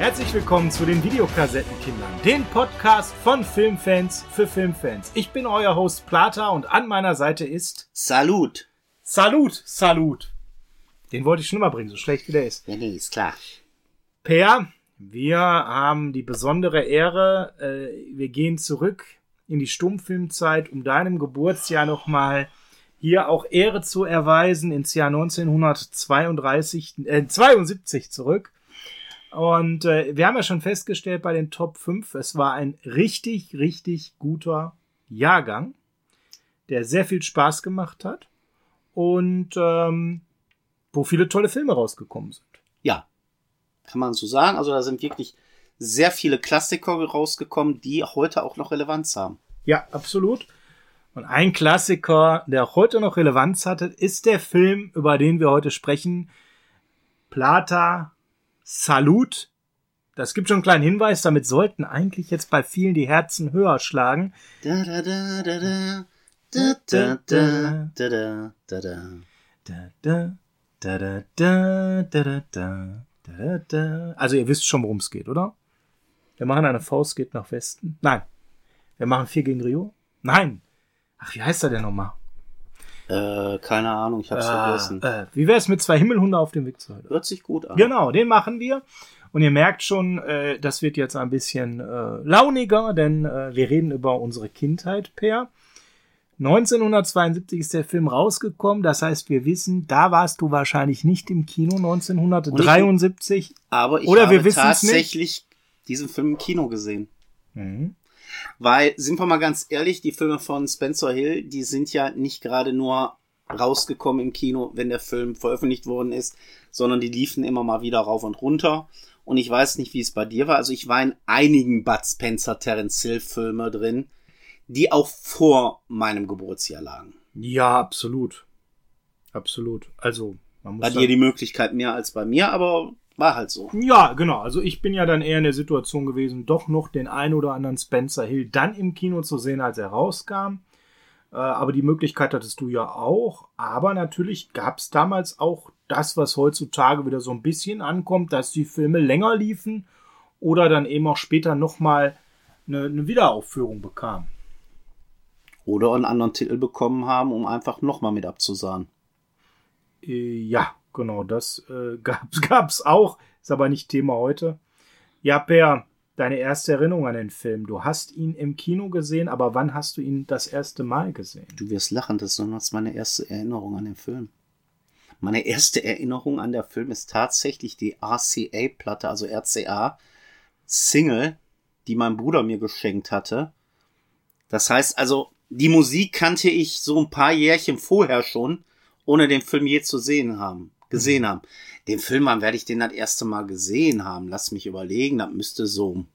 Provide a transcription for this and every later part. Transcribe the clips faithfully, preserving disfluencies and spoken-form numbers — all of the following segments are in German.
Herzlich willkommen zu den Videokassettenkindern, dem Podcast von Filmfans für Filmfans. Ich bin euer Host Plata und an meiner Seite ist... Salut. Salut, Salut. Den wollte ich schon immer bringen, so schlecht wie der ist. Ja, nee, ist klar. Per, wir haben die besondere Ehre, äh, wir gehen zurück in die Stummfilmzeit, um deinem Geburtsjahr nochmal hier auch Ehre zu erweisen, ins Jahr neunzehnhundertzweiunddreißig, äh, zweiundsiebzig zurück. Und äh, wir haben ja schon festgestellt bei den Top fünf, es war ein richtig, richtig guter Jahrgang, der sehr viel Spaß gemacht hat und ähm, wo viele tolle Filme rausgekommen sind. Ja, kann man so sagen. Also da sind wirklich sehr viele Klassiker rausgekommen, die heute auch noch Relevanz haben. Ja, absolut. Und ein Klassiker, der heute noch Relevanz hatte, ist der Film, über den wir heute sprechen, Plata, Salut. Das gibt schon einen kleinen Hinweis, damit sollten eigentlich jetzt bei vielen die Herzen höher schlagen. Da, da, da, da, da, da, da, da, da, da, da. Da, da, da, da, da, da, da, da, da. Also ihr wisst schon, worum es geht, oder? Wir machen eine Faust geht nach Westen. Nein. Wir machen vier gegen Rio. Nein. Ach, wie heißt er denn nochmal? Äh, keine Ahnung, ich hab's äh, vergessen. Äh, wie wär's mit zwei Himmelhunde auf dem Weg zur Hölle? Hört sich gut an. Genau, den machen wir. Und ihr merkt schon, äh, das wird jetzt ein bisschen äh, launiger, denn äh, wir reden über unsere Kindheit, Per. neunzehnhundertzweiundsiebzig ist der Film rausgekommen. Das heißt, wir wissen, da warst du wahrscheinlich nicht im Kino neunzehnhundertdreiundsiebzig. Ich, aber ich Oder habe wir tatsächlich diesen Film im Kino gesehen. Mhm. Weil, sind wir mal ganz ehrlich, die Filme von Spencer Hill, die sind ja nicht gerade nur rausgekommen im Kino, wenn der Film veröffentlicht worden ist, sondern die liefen immer mal wieder rauf und runter. Und ich weiß nicht, wie es bei dir war. Also ich war in einigen Bud Spencer, Terence Hill Filme drin, die auch vor meinem Geburtsjahr lagen. Ja, absolut. Absolut. Also, man muss bei dir die Möglichkeit mehr als bei mir, aber war halt so. Ja, genau. Also ich bin ja dann eher in der Situation gewesen, doch noch den ein oder anderen Spencer Hill dann im Kino zu sehen, als er rauskam. Äh, aber die Möglichkeit hattest du ja auch. Aber natürlich gab es damals auch das, was heutzutage wieder so ein bisschen ankommt, dass die Filme länger liefen oder dann eben auch später nochmal eine, eine Wiederaufführung bekamen. Oder einen anderen Titel bekommen haben, um einfach nochmal mit abzusahen. Äh, ja. Genau, das äh, gab's, gab's auch, ist aber nicht Thema heute. Ja, Per, deine erste Erinnerung an den Film. Du hast ihn im Kino gesehen, aber wann hast du ihn das erste Mal gesehen? Du wirst lachen, das ist meine erste Erinnerung an den Film. Meine erste Erinnerung an den Film ist tatsächlich die R C A-Platte, also R C A-Single, die mein Bruder mir geschenkt hatte. Das heißt also, die Musik kannte ich so ein paar Jährchen vorher schon, ohne den Film je zu sehen haben. gesehen haben. Den Film, wann werde ich den das erste Mal gesehen haben? Lass mich überlegen, das müsste so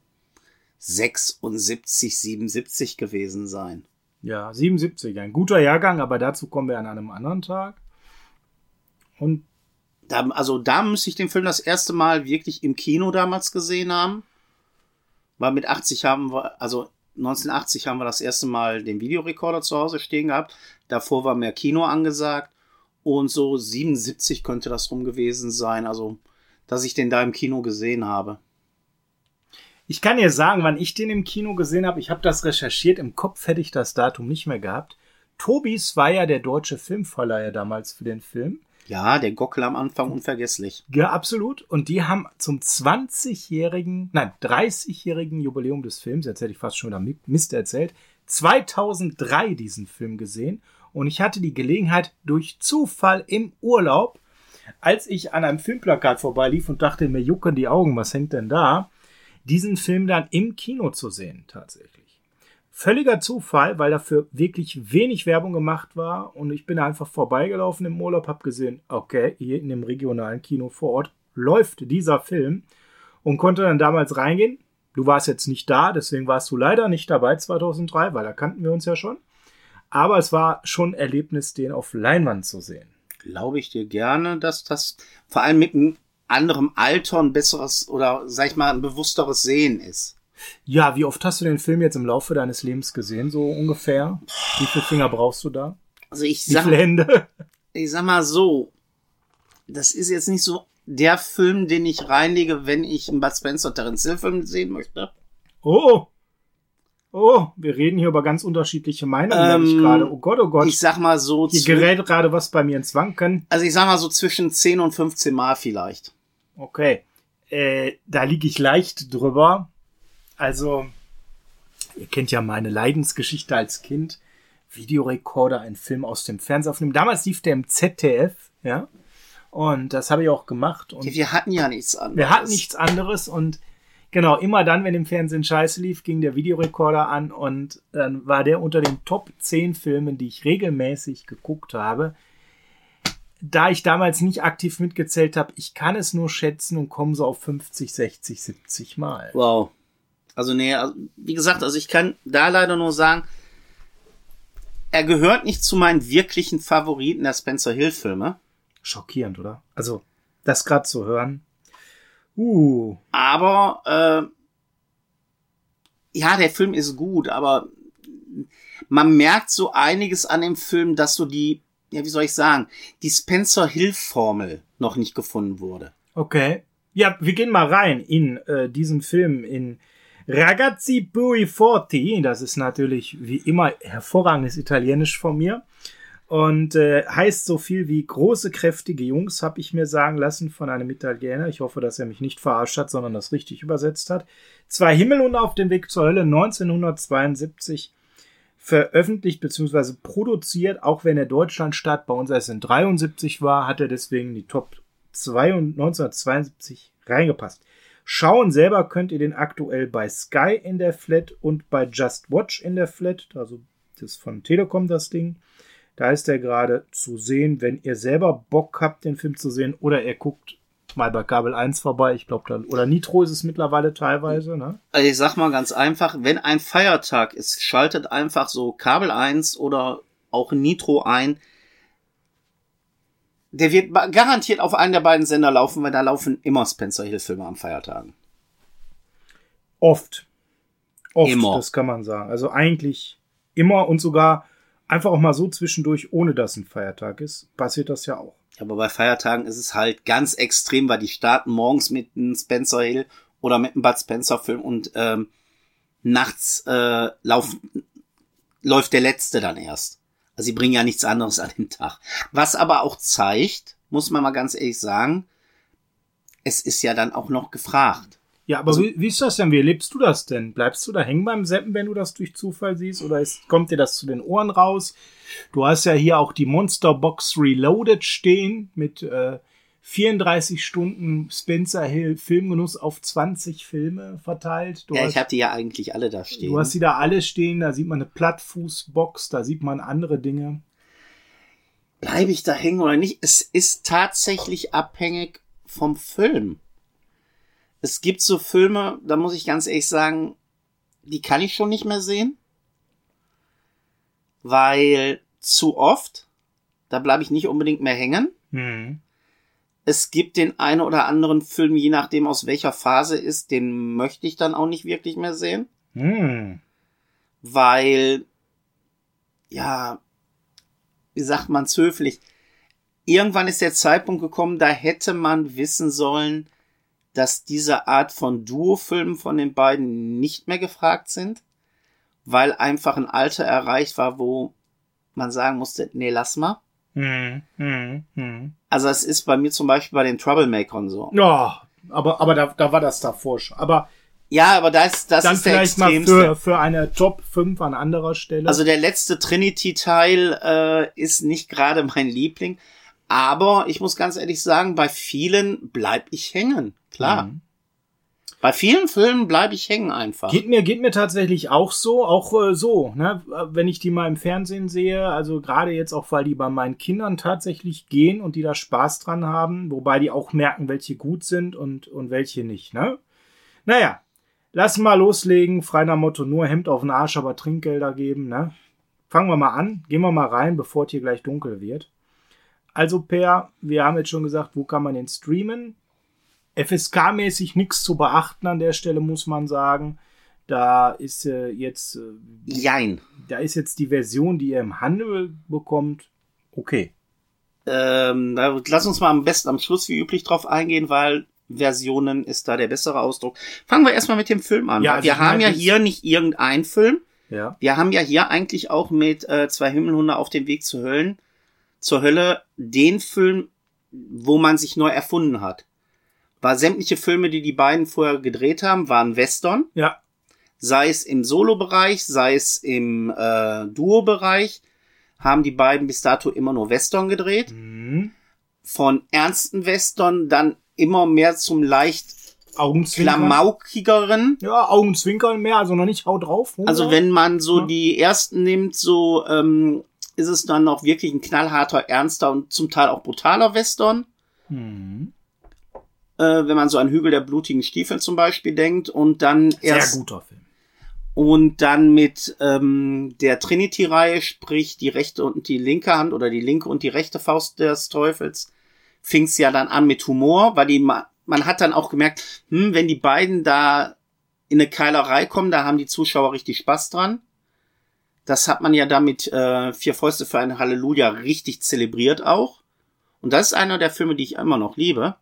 sechsundsiebzig, siebenundsiebzig gewesen sein. Ja, siebenundsiebzig, ein guter Jahrgang, aber dazu kommen wir an einem anderen Tag. Und da, also da müsste ich den Film das erste Mal wirklich im Kino damals gesehen haben. Weil mit achtzig haben wir, also neunzehnhundertachtzig haben wir das erste Mal den Videorekorder zu Hause stehen gehabt. Davor war mehr Kino angesagt. Und so siebenundsiebzig könnte das rum gewesen sein, also dass ich den da im Kino gesehen habe. Ich kann dir sagen, wann ich den im Kino gesehen habe, ich habe das recherchiert, im Kopf hätte ich das Datum nicht mehr gehabt. Tobis war ja der deutsche Filmverleiher damals für den Film. Ja, der Gockel am Anfang unvergesslich. Ja, absolut. Und die haben zum zwanzigjährigen, nein, dreißigjährigen Jubiläum des Films, jetzt hätte ich fast schon wieder Mist erzählt, zweitausenddrei diesen Film gesehen. Und ich hatte die Gelegenheit durch Zufall im Urlaub, als ich an einem Filmplakat vorbeilief und dachte, mir jucken die Augen, was hängt denn da, diesen Film dann im Kino zu sehen tatsächlich. Völliger Zufall, weil dafür wirklich wenig Werbung gemacht war und ich bin einfach vorbeigelaufen im Urlaub, habe gesehen, okay, hier in dem regionalen Kino vor Ort läuft dieser Film und konnte dann damals reingehen. Du warst jetzt nicht da, deswegen warst du leider nicht dabei zweitausenddrei, weil da kannten wir uns ja schon. Aber es war schon ein Erlebnis, den auf Leinwand zu sehen. Glaube ich dir gerne, dass das vor allem mit einem anderen Alter ein besseres oder, sag ich mal, ein bewussteres Sehen ist. Ja, wie oft hast du den Film jetzt im Laufe deines Lebens gesehen, so ungefähr? Wie viele Finger brauchst du da? Also ich Wie sag, viele Hände? Ich sag mal so, das ist jetzt nicht so der Film, den ich reinlege, wenn ich einen Bud Spencer Terence Hill Film sehen möchte. Oh, oh, wir reden hier über ganz unterschiedliche Meinungen, ähm, ich gerade. Oh Gott, oh Gott. Ich sag mal so. Hier gerät gerade was bei mir ins Wanken. Also ich sag mal so zwischen zehn und fünfzehn Mal vielleicht. Okay, äh, da liege ich leicht drüber. Also, ihr kennt ja meine Leidensgeschichte als Kind. Videorekorder, einen Film aus dem Fernsehen aufnehmen. Damals lief der im Z D F, ja. Und das habe ich auch gemacht. Und ja, wir hatten ja nichts anderes. Wir hatten nichts anderes und genau, immer dann, wenn im Fernsehen Scheiße lief, ging der Videorekorder an und dann war der unter den Top zehn Filmen, die ich regelmäßig geguckt habe. Da ich damals nicht aktiv mitgezählt habe, ich kann es nur schätzen und komme so auf fünfzig, sechzig, siebzig Mal. Wow. Also nee, also, wie gesagt, also ich kann da leider nur sagen, er gehört nicht zu meinen wirklichen Favoriten der Spencer Hill Filme. Schockierend, oder? Also, das gerade zu hören. Uh. Aber, äh, ja, der Film ist gut, aber man merkt so einiges an dem Film, dass so die, ja, wie soll ich sagen, die Spencer Hill Formel noch nicht gefunden wurde. Okay. Ja, wir gehen mal rein in äh, diesen Film, in Ragazzi Più Forti. Das ist natürlich wie immer hervorragendes Italienisch von mir. Und äh, heißt so viel wie große, kräftige Jungs, habe ich mir sagen lassen von einem Italiener. Ich hoffe, dass er mich nicht verarscht hat, sondern das richtig übersetzt hat. Zwei Himmel und auf dem Weg zur Hölle, neunzehnhundertzweiundsiebzig veröffentlicht bzw. produziert. Auch wenn der Deutschlandstart bei uns erst in dreiundsiebzig war, hat er deswegen die Top zwei und neunzehnhundertzweiundsiebzig reingepasst. Schauen selber könnt ihr den aktuell bei Sky in der Flat und bei Just Watch in der Flat. Also das ist von Telekom das Ding. Da ist er gerade zu sehen, wenn ihr selber Bock habt, den Film zu sehen. Oder ihr guckt mal bei Kabel eins vorbei. Ich glaube, dann oder Nitro ist es mittlerweile teilweise. Ne? Also ich sag mal ganz einfach, wenn ein Feiertag ist, schaltet einfach so Kabel eins oder auch Nitro ein. Der wird garantiert auf einen der beiden Sender laufen, weil da laufen immer Spencer Hill Filme an Feiertagen. Oft. Oft, immer. Das kann man sagen. Also eigentlich immer und sogar einfach auch mal so zwischendurch, ohne dass ein Feiertag ist, passiert das ja auch. Aber bei Feiertagen ist es halt ganz extrem, weil die starten morgens mit einem Spencer Hill oder mit einem Bud Spencer Film und ähm, nachts äh, lauf, läuft der letzte dann erst. Also sie bringen ja nichts anderes an dem Tag. Was aber auch zeigt, muss man mal ganz ehrlich sagen, es ist ja dann auch noch gefragt. Ja, aber also, wie, wie ist das denn? Wie erlebst du das denn? Bleibst du da hängen beim Zappen, wenn du das durch Zufall siehst? Oder ist, kommt dir das zu den Ohren raus? Du hast ja hier auch die Monster Box Reloaded stehen mit äh, vierunddreißig Stunden Spencer Hill Filmgenuss auf zwanzig Filme verteilt. Du ja, hast, ich habe die ja eigentlich alle da stehen. Du hast die da alle stehen. Da sieht man eine Plattfußbox, da sieht man andere Dinge. Bleibe ich da hängen oder nicht? Es ist tatsächlich abhängig vom Film. Es gibt so Filme, da muss ich ganz ehrlich sagen, die kann ich schon nicht mehr sehen. Weil zu oft, da bleibe ich nicht unbedingt mehr hängen. Hm. Es gibt den einen oder anderen Film, je nachdem aus welcher Phase ist, den möchte ich dann auch nicht wirklich mehr sehen. Hm. Weil, ja, wie sagt man's höflich, irgendwann ist der Zeitpunkt gekommen, da hätte man wissen sollen, dass diese Art von Duo-Filmen von den beiden nicht mehr gefragt sind, weil einfach ein Alter erreicht war, wo man sagen musste, nee, lass mal. Hm, hm, hm. Also es ist bei mir zum Beispiel bei den Troublemakern so. Ja, aber, aber da, da war das davor schon. Aber ja, aber das, das dann ist der vielleicht mal extremste. für, für eine Top fünf an anderer Stelle. Also der letzte Trinity-Teil äh, ist nicht gerade mein Liebling, aber ich muss ganz ehrlich sagen, bei vielen bleib ich hängen. Klar. Mhm. Bei vielen Filmen bleibe ich hängen einfach. Geht mir, geht mir tatsächlich auch so, auch äh, so, ne? Wenn ich die mal im Fernsehen sehe, also gerade jetzt auch, weil die bei meinen Kindern tatsächlich gehen und die da Spaß dran haben, wobei die auch merken, welche gut sind und, und welche nicht, ne? Naja, lass mal loslegen, frei nach Motto, nur Hemd auf den Arsch, aber Trinkgelder geben, ne? Fangen wir mal an, gehen wir mal rein, bevor es hier gleich dunkel wird. Also Per, wir haben jetzt schon gesagt, wo kann man den streamen? F S K-mäßig nichts zu beachten an der Stelle, muss man sagen. Da ist äh, jetzt äh, Jein. Da ist jetzt die Version, die ihr im Handel bekommt, okay. Ähm, da, lass uns mal am besten am Schluss wie üblich drauf eingehen, weil Versionen ist da der bessere Ausdruck. Fangen wir erstmal mit dem Film an. Ja, also wir haben ja jetzt, hier nicht irgendeinen Film. Ja. Wir haben ja hier eigentlich auch mit äh, Zwei Himmelhunde auf dem Weg zur Höllen, zur Hölle den Film, wo man sich neu erfunden hat. Weil sämtliche Filme, die die beiden vorher gedreht haben, waren Western. Ja. Sei es im Solo-Bereich, sei es im äh, Duo-Bereich, haben die beiden bis dato immer nur Western gedreht. Mhm. Von ernsten Western dann immer mehr zum leicht Augenzwinkern. klamaukigeren. Ja, Augenzwinkern mehr, also noch nicht Haut drauf. Hunger. Also wenn man so Ja. die ersten nimmt, so ähm, ist es dann noch wirklich ein knallharter, ernster und zum Teil auch brutaler Western. Mhm. Äh, wenn man so an Hügel der blutigen Stiefel zum Beispiel denkt und dann Sehr erst guter Film. und dann mit ähm, der Trinity-Reihe, sprich die rechte und die linke Hand oder die linke und die rechte Faust des Teufels, fing es ja dann an mit Humor, weil die ma- man hat dann auch gemerkt, hm, wenn die beiden da in eine Keilerei kommen, da haben die Zuschauer richtig Spaß dran. Das hat man ja damit äh, Vier Fäuste für ein Halleluja richtig zelebriert auch. Und das ist einer der Filme, die ich immer noch liebe.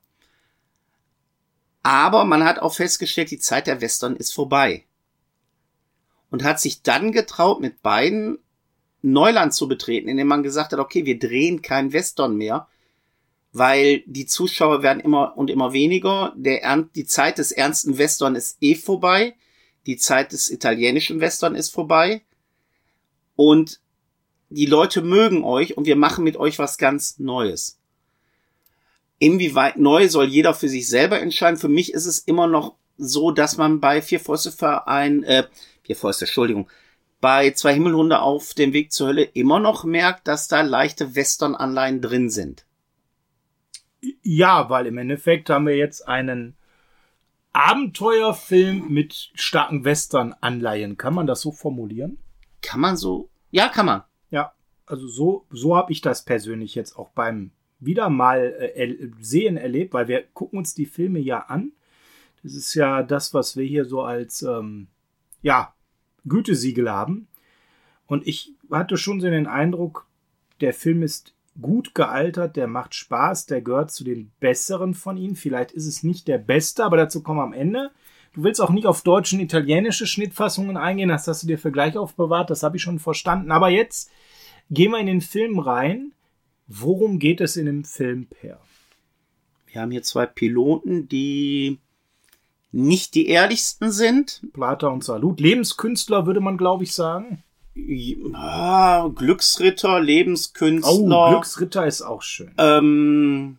Aber man hat auch festgestellt, die Zeit der Western ist vorbei. Und hat sich dann getraut, mit beiden Neuland zu betreten, indem man gesagt hat, okay, wir drehen kein Western mehr, weil die Zuschauer werden immer und immer weniger. Der Ern- die Zeit des ernsten Western ist eh vorbei. Die Zeit des italienischen Western ist vorbei. Und die Leute mögen euch und wir machen mit euch was ganz Neues. Inwieweit neu soll jeder für sich selber entscheiden. Für mich ist es immer noch so, dass man bei Vier Fäuste für ein, äh, Vier Fäuste, Entschuldigung, bei Zwei Himmelhunde auf dem Weg zur Hölle immer noch merkt, dass da leichte Western-Anleihen drin sind. Ja, weil im Endeffekt haben wir jetzt einen Abenteuerfilm mit starken Western-Anleihen. Kann man das so formulieren? Kann man so? Ja, kann man. Ja, also so, so habe ich das persönlich jetzt auch beim wieder mal äh, er, sehen erlebt, weil wir gucken uns die Filme ja an. Das ist ja das, was wir hier so als ähm, ja, Gütesiegel haben. Und ich hatte schon so den Eindruck, der Film ist gut gealtert, der macht Spaß, der gehört zu den besseren von ihnen. Vielleicht ist es nicht der beste, aber dazu kommen wir am Ende. Du willst auch nicht auf deutsche und italienische Schnittfassungen eingehen, das hast du dir für gleich aufbewahrt, das habe ich schon verstanden. Aber jetzt gehen wir in den Film rein. Worum geht es in dem Film, Per? Wir haben hier zwei Piloten, die nicht die ehrlichsten sind. Plata und Salut. Lebenskünstler, würde man, glaube ich, sagen. Ja, Glücksritter, Lebenskünstler. Oh, Glücksritter ist auch schön. Ähm,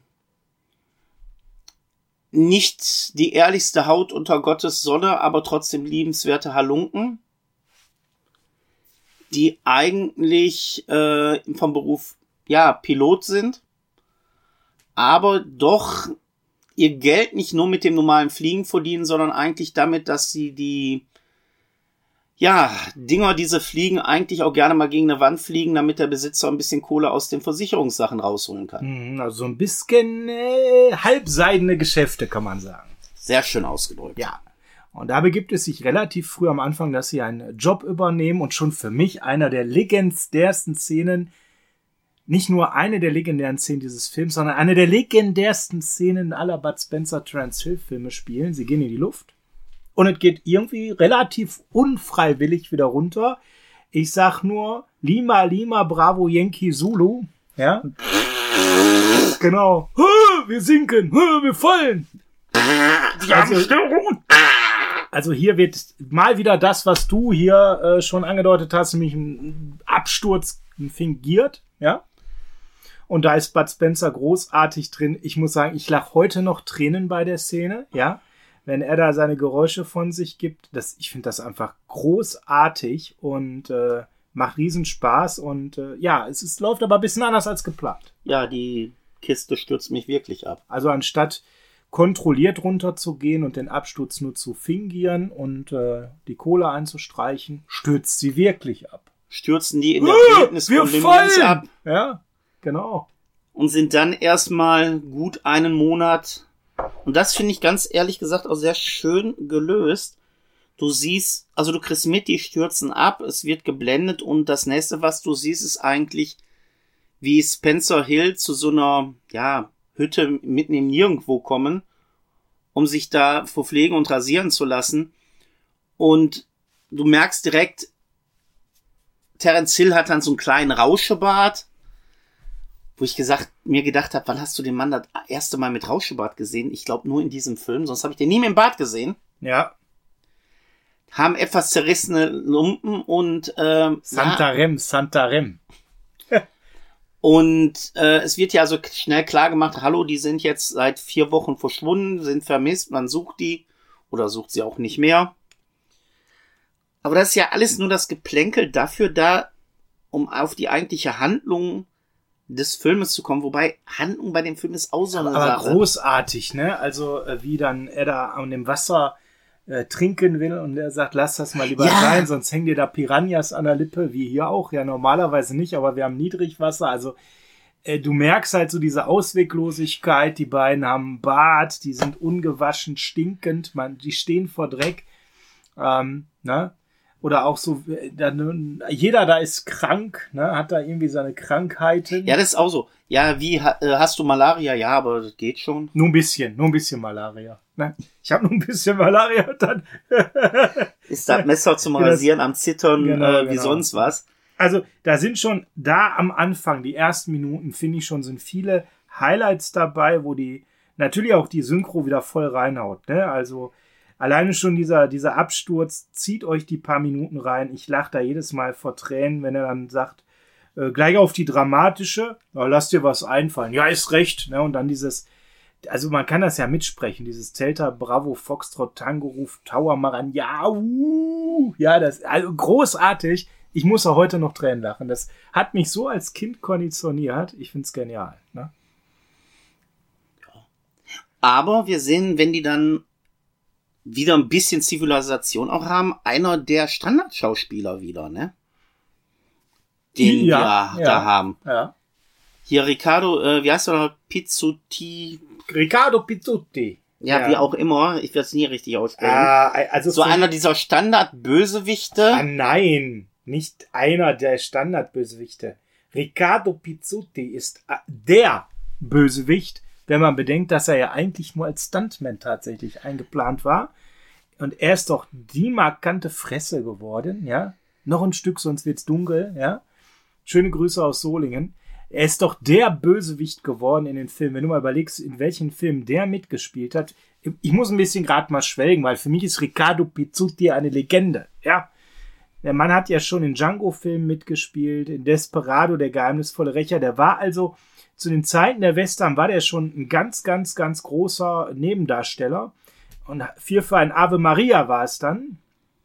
nicht die ehrlichste Haut unter Gottes Sonne, aber trotzdem liebenswerte Halunken, die eigentlich äh, vom Beruf ja Pilot sind, aber doch ihr Geld nicht nur mit dem normalen Fliegen verdienen, sondern eigentlich damit, dass sie die ja, Dinger, diese fliegen, eigentlich auch gerne mal gegen eine Wand fliegen, damit der Besitzer ein bisschen Kohle aus den Versicherungssachen rausholen kann. Also so ein bisschen äh, halbseidene Geschäfte, kann man sagen. Sehr schön ausgedrückt. Ja. Und da begibt es sich relativ früh am Anfang, dass sie einen Job übernehmen und schon für mich einer der legendärsten Szenen, nicht nur eine der legendären Szenen dieses Films, sondern eine der legendärsten Szenen aller Bud Spencer Terence Hill Filme spielen. Sie gehen in die Luft. Und es geht irgendwie relativ unfreiwillig wieder runter. Ich sag nur Lima, Lima, Bravo, Yankee, Zulu. Ja. Genau. Wir sinken, wir fallen. Die also, also hier wird mal wieder das, was du hier äh, schon angedeutet hast, nämlich ein Absturz fingiert. Ja. Und da ist Bud Spencer großartig drin. Ich muss sagen, ich lach heute noch Tränen bei der Szene. Ja. Wenn er da seine Geräusche von sich gibt, das, ich finde das einfach großartig und äh, macht riesen Spaß und äh, ja, es ist, läuft aber ein bisschen anders als geplant. Ja, die Kiste stürzt mich wirklich ab. Also anstatt kontrolliert runterzugehen und den Absturz nur zu fingieren und äh, die Kohle einzustreichen, stürzt sie wirklich ab. Stürzen die in der Wildnis wir fallen ab. Ja, genau. Und sind dann erstmal gut einen Monat. Und das finde ich ganz ehrlich gesagt auch sehr schön gelöst. Du siehst, also du kriegst mit, die stürzen ab, es wird geblendet und das nächste, was du siehst, ist eigentlich, wie Spencer Hill zu so einer, ja, Hütte mitten im Nirgendwo kommen, um sich da verpflegen und rasieren zu lassen. Und du merkst direkt, Terence Hill hat dann so einen kleinen Rauschebart, wo ich gesagt, mir gedacht habe, wann hast du den Mann das erste Mal mit Rauschebart gesehen? Ich glaube nur in diesem Film, sonst habe ich den nie mit dem Bart gesehen. Ja. Haben etwas zerrissene Lumpen und ähm, Santarem, ja. Santarem. Und äh, es wird ja also schnell klar gemacht, hallo, die sind jetzt seit vier Wochen verschwunden, sind vermisst, man sucht die oder sucht sie auch nicht mehr. Aber das ist ja alles nur das Geplänkel dafür da, um auf die eigentliche Handlung des Filmes zu kommen. Wobei Handlung bei dem Film ist auch so eine aber Sache. Großartig, ne? Also äh, wie dann er da an dem Wasser äh, trinken will und er sagt, lass das mal lieber Ja. sein, sonst hängen dir da Piranhas an der Lippe, wie hier auch. Ja, normalerweise nicht, aber wir haben Niedrigwasser. Also äh, du merkst halt so diese Ausweglosigkeit. Die beiden haben Bart, die sind ungewaschen, stinkend, man, die stehen vor Dreck. Ähm, ne? Oder auch so, äh, dann, jeder da ist krank, ne? Hat da irgendwie seine Krankheiten. Ja, das ist auch so. Ja, wie, ha- äh, hast du Malaria? Ja, aber das geht schon. Nur ein bisschen, nur ein bisschen Malaria. Ne? Ich habe nur ein bisschen Malaria und dann. Ist das Messer zum Ja, das- Rasieren am Zittern, Genau, äh, wie genau. sonst was. Also, da sind schon, da am Anfang, die ersten Minuten, finde ich schon, sind viele Highlights dabei, wo die, natürlich auch die Synchro wieder voll reinhaut, ne? Also, alleine schon dieser, dieser Absturz, zieht euch die paar Minuten rein. Ich lache da jedes Mal vor Tränen, wenn er dann sagt, äh, gleich auf die dramatische, ja, lass dir was einfallen. Ja, ist recht, ne? Und dann dieses, also man kann das ja mitsprechen, dieses Delta Bravo Foxtrot Tango Ruf Tower Maran, ja, uh, ja, das, also großartig. Ich muss auch heute noch Tränen lachen. Das hat mich so als Kind konditioniert. Ich find's genial, ne? Aber wir sehen, wenn die dann wieder ein bisschen Zivilisation auch haben, einer der Standardschauspieler wieder, ne? Den Ja, wir ja. da haben. Ja. Hier Riccardo, äh, wie heißt er noch? Pizzuti. Riccardo Pizzuti. Ja, Ja. wie auch immer. Ich werde es nie richtig aussprechen. Ah, also so für- einer dieser Standard-Bösewichte. Ah, nein, nicht einer der Standardbösewichte. Riccardo Pizzuti ist äh, der Bösewicht, wenn man bedenkt, dass er ja eigentlich nur als Stuntman tatsächlich eingeplant war. Und er ist doch die markante Fresse geworden, ja. Noch ein Stück, sonst wird's dunkel, ja. Schöne Grüße aus Solingen. Er ist doch der Bösewicht geworden in den Filmen. Wenn du mal überlegst, in welchen Filmen der mitgespielt hat. Ich muss ein bisschen gerade mal schwelgen, weil für mich ist Riccardo Pizzuti eine Legende, ja. Der Mann hat ja schon in Django-Filmen mitgespielt, in Desperado, der geheimnisvolle Rächer. Der war also, zu den Zeiten der Western war der schon ein ganz, ganz, ganz großer Nebendarsteller. Und vier für ein Ave Maria war es dann,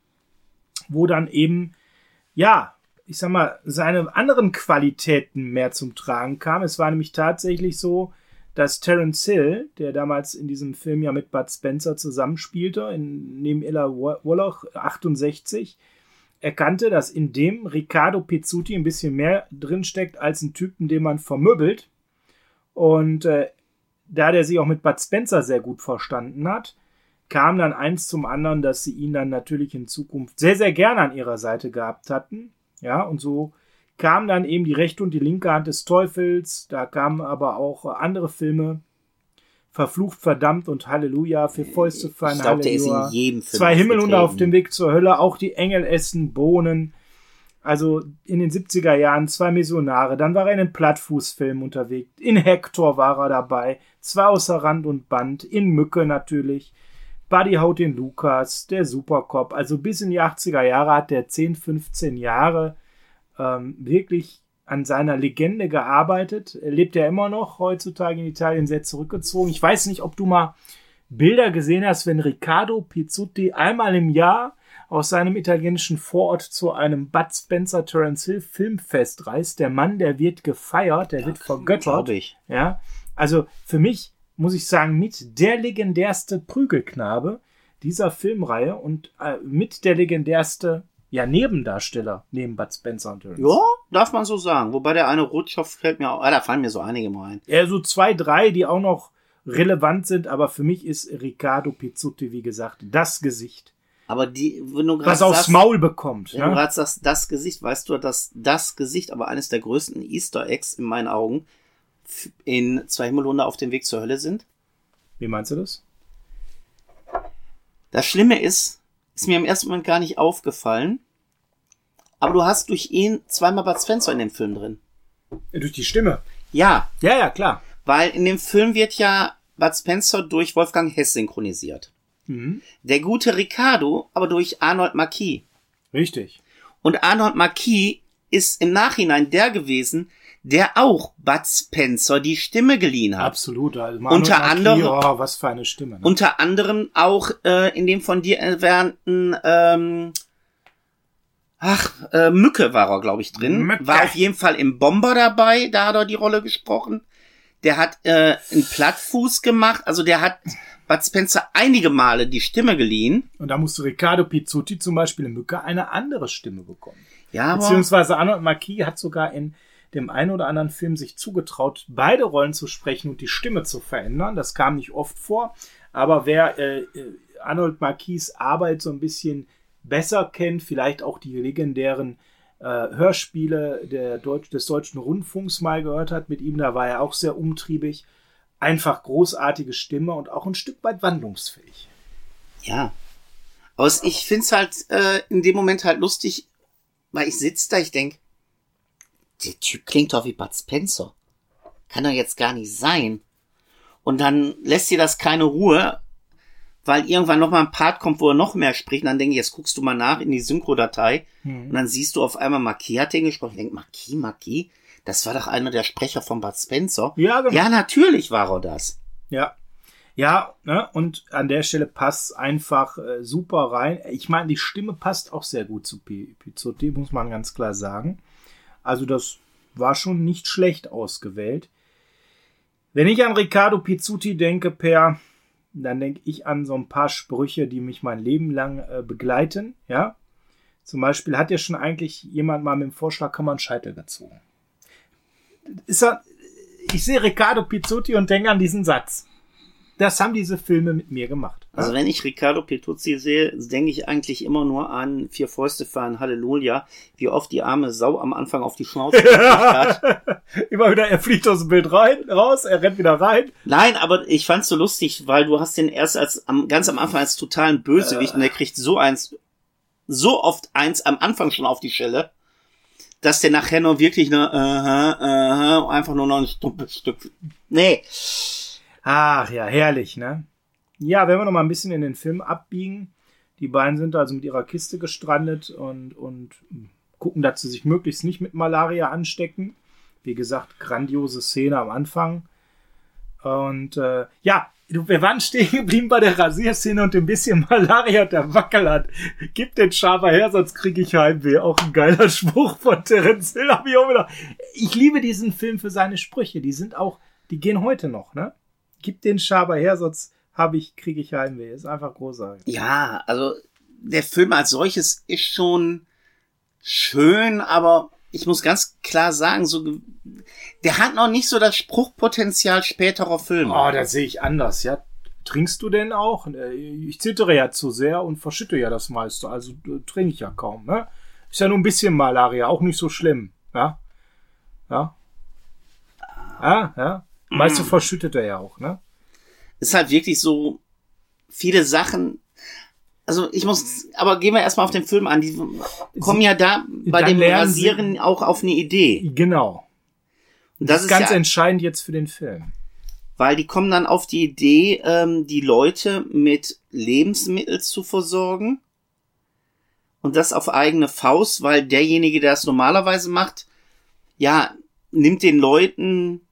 wo dann eben, ja, ich sag mal, seine anderen Qualitäten mehr zum Tragen kamen. Es war nämlich tatsächlich so, dass Terence Hill, der damals in diesem Film ja mit Bud Spencer zusammenspielte, in, neben Ella Wallach achtundsechzig, erkannte, dass in dem Riccardo Pizzuti ein bisschen mehr drinsteckt als ein Typen, den man vermöbelt. Und äh, da der sich auch mit Bud Spencer sehr gut verstanden hat, kam dann eins zum anderen, dass sie ihn dann natürlich in Zukunft sehr, sehr gerne an ihrer Seite gehabt hatten. Ja, und so kam dann eben die rechte und die linke Hand des Teufels. Da kamen aber auch andere Filme. Verflucht, verdammt und Halleluja, für Fäuste für ein Ich glaube, der ist Halleluja. in jedem Film Zwei Himmelhunde aufgetreten. auf dem Weg zur Hölle, auch die Engel essen Bohnen. Also in den siebziger Jahren zwei Missionare. Dann war er in einem Plattfußfilm unterwegs. In Hector war er dabei. Zwei außer Rand und Band. In Mücke natürlich. Buddy haut den Lukas. Der Supercop. Also bis in die achtziger Jahre hat der zehn, fünfzehn Jahre ähm, wirklich an seiner Legende gearbeitet. Er lebt ja immer noch heutzutage in Italien, sehr zurückgezogen. Ich weiß nicht, ob du mal Bilder gesehen hast, wenn Riccardo Pizzuti einmal im Jahr aus seinem italienischen Vorort zu einem Bud Spencer Terence Hill Filmfest reist. Der Mann, der wird gefeiert, der Ja, wird vergöttert. Glaube ich. Ja, also für mich muss ich sagen, mit der legendärste Prügelknabe dieser Filmreihe und äh, mit der legendärste ja, Nebendarsteller neben Bud Spencer und Terence. Ja, darf man so sagen. Wobei der eine Rutschhoff fällt mir auch, ah, da fallen mir so einige mal ein. Ja, so zwei, drei, die auch noch relevant sind, aber für mich ist Riccardo Pizzuti, wie gesagt, das Gesicht. Aber die, wenn du gerade was aufs sagst, Maul bekommt. wenn Ne? du gerade sagst, das Gesicht, weißt du, dass das Gesicht aber eines der größten Easter Eggs in meinen Augen in Zwei Himmelhunde auf dem Weg zur Hölle sind? Wie meinst du das? Das Schlimme ist, ist mir im ersten Moment gar nicht aufgefallen, aber du hast durch ihn zweimal Bud Spencer in dem Film drin. Ja, durch die Stimme. Ja. Ja, ja, klar. Weil in dem Film wird ja Bud Spencer durch Wolfgang Hess synchronisiert. Mhm. Der gute Ricardo aber durch Arnold Marquis. Richtig. Und Arnold Marquis ist im Nachhinein der gewesen, der auch Bud Spencer die Stimme geliehen hat. Absolut. Also unter Marquis, anderem, oh, was für eine Stimme. Ne? Unter anderem auch äh, in dem von dir erwähnten ähm, ach, äh, Mücke war er, glaube ich, drin. Mücke. War auf jeden Fall im Bomber dabei, da hat er die Rolle gesprochen. Der hat äh, einen Plattfuß gemacht, also der hat Bud Spencer einige Male die Stimme geliehen. Und da musste Riccardo Pizzuti zum Beispiel in Mücke eine andere Stimme bekommen. Ja, aber beziehungsweise Arnold Marquis hat sogar in dem einen oder anderen Film sich zugetraut, beide Rollen zu sprechen und die Stimme zu verändern. Das kam nicht oft vor. Aber wer äh, Arnold Marquis Arbeit so ein bisschen besser kennt, vielleicht auch die legendären äh, Hörspiele der Deutsch, des Deutschen Rundfunks mal gehört hat mit ihm, da war er auch sehr umtriebig. Einfach großartige Stimme und auch ein Stück weit wandlungsfähig. Ja. Aber es, ich find's halt äh, in dem Moment halt lustig, weil ich sitze da, ich denk, der Typ klingt doch wie Bud Spencer. Kann doch jetzt gar nicht sein. Und dann lässt dir das keine Ruhe, weil irgendwann noch mal ein Part kommt, wo er noch mehr spricht. Und dann denke ich, jetzt guckst du mal nach in die Synchro-Datei. Hm. Und dann siehst du auf einmal, Marquis hat den gesprochen. Ich denke, Marquis, Marquis? Das war doch einer der Sprecher von Bud Spencer. Ja, genau. Ja, natürlich war er das. Ja. Ja, ne? Und an der Stelle passt einfach äh, super rein. Ich meine, die Stimme passt auch sehr gut zu P- Pizzotti, muss man ganz klar sagen. Also das war schon nicht schlecht ausgewählt. Wenn ich an Riccardo Pizzuti denke, Per, dann denke ich an so ein paar Sprüche, die mich mein Leben lang äh, begleiten. Ja, zum Beispiel hat ja schon eigentlich jemand mal mit dem Vorschlaghammer einen Scheitel gezogen. Ist er, ich sehe Riccardo Pizzuti und denke an diesen Satz. Das haben diese Filme mit mir gemacht. Also wenn ich Riccardo Pizzuti sehe, denke ich eigentlich immer nur an Vier Fäuste für ein Halleluja, wie oft die arme Sau am Anfang auf die Schnauze gekriegt hat. Immer wieder, er fliegt aus dem Bild rein, raus, er rennt wieder rein. Nein, aber ich fand's so lustig, weil du hast den erst als am, ganz am Anfang als totalen Bösewicht äh. und der kriegt so eins, so oft eins am Anfang schon auf die Schelle, dass der nachher noch wirklich eine, uh-huh, uh-huh, einfach nur noch ein stumpfes Stück. Nee. Ach ja, herrlich, ne? Ja, wenn wir noch mal ein bisschen in den Film abbiegen. Die beiden sind also mit ihrer Kiste gestrandet und, und gucken, dass sie sich möglichst nicht mit Malaria anstecken. Wie gesagt, grandiose Szene am Anfang. Und äh, ja, wir waren stehen geblieben bei der Rasierszene und ein bisschen Malaria, der Wackel hat. Gib den Schaber her, sonst kriege ich Heimweh. Auch ein geiler Spruch von Terence Hill. Hab ich auch wieder. Ich liebe diesen Film für seine Sprüche. Die sind auch, die gehen heute noch, ne? Gib den Schaber her, sonst habe ich, kriege ich Heimweh. Ist einfach großartig. Ja, also der Film als solches ist schon schön, aber ich muss ganz klar sagen, so der hat noch nicht so das Spruchpotenzial späterer Filme. Oh, das sehe ich anders, ja. Trinkst du denn auch? Ich zittere ja zu sehr und verschütte ja das meiste, also trinke ich ja kaum, ne? Ist ja nur ein bisschen Malaria, auch nicht so schlimm, ja? Ja? Ja, ja. Meist du verschüttet er ja auch, ne? Ist halt wirklich so viele Sachen. Also ich muss, aber gehen wir erstmal auf den Film an. Die kommen Sie, ja da bei dem Rasieren Sie, auch auf eine Idee. Genau. Und das, das ist ganz ja entscheidend jetzt für den Film. Weil die kommen dann auf die Idee, ähm, die Leute mit Lebensmitteln zu versorgen. Und das auf eigene Faust, weil derjenige, der es normalerweise macht, ja, nimmt den Leuten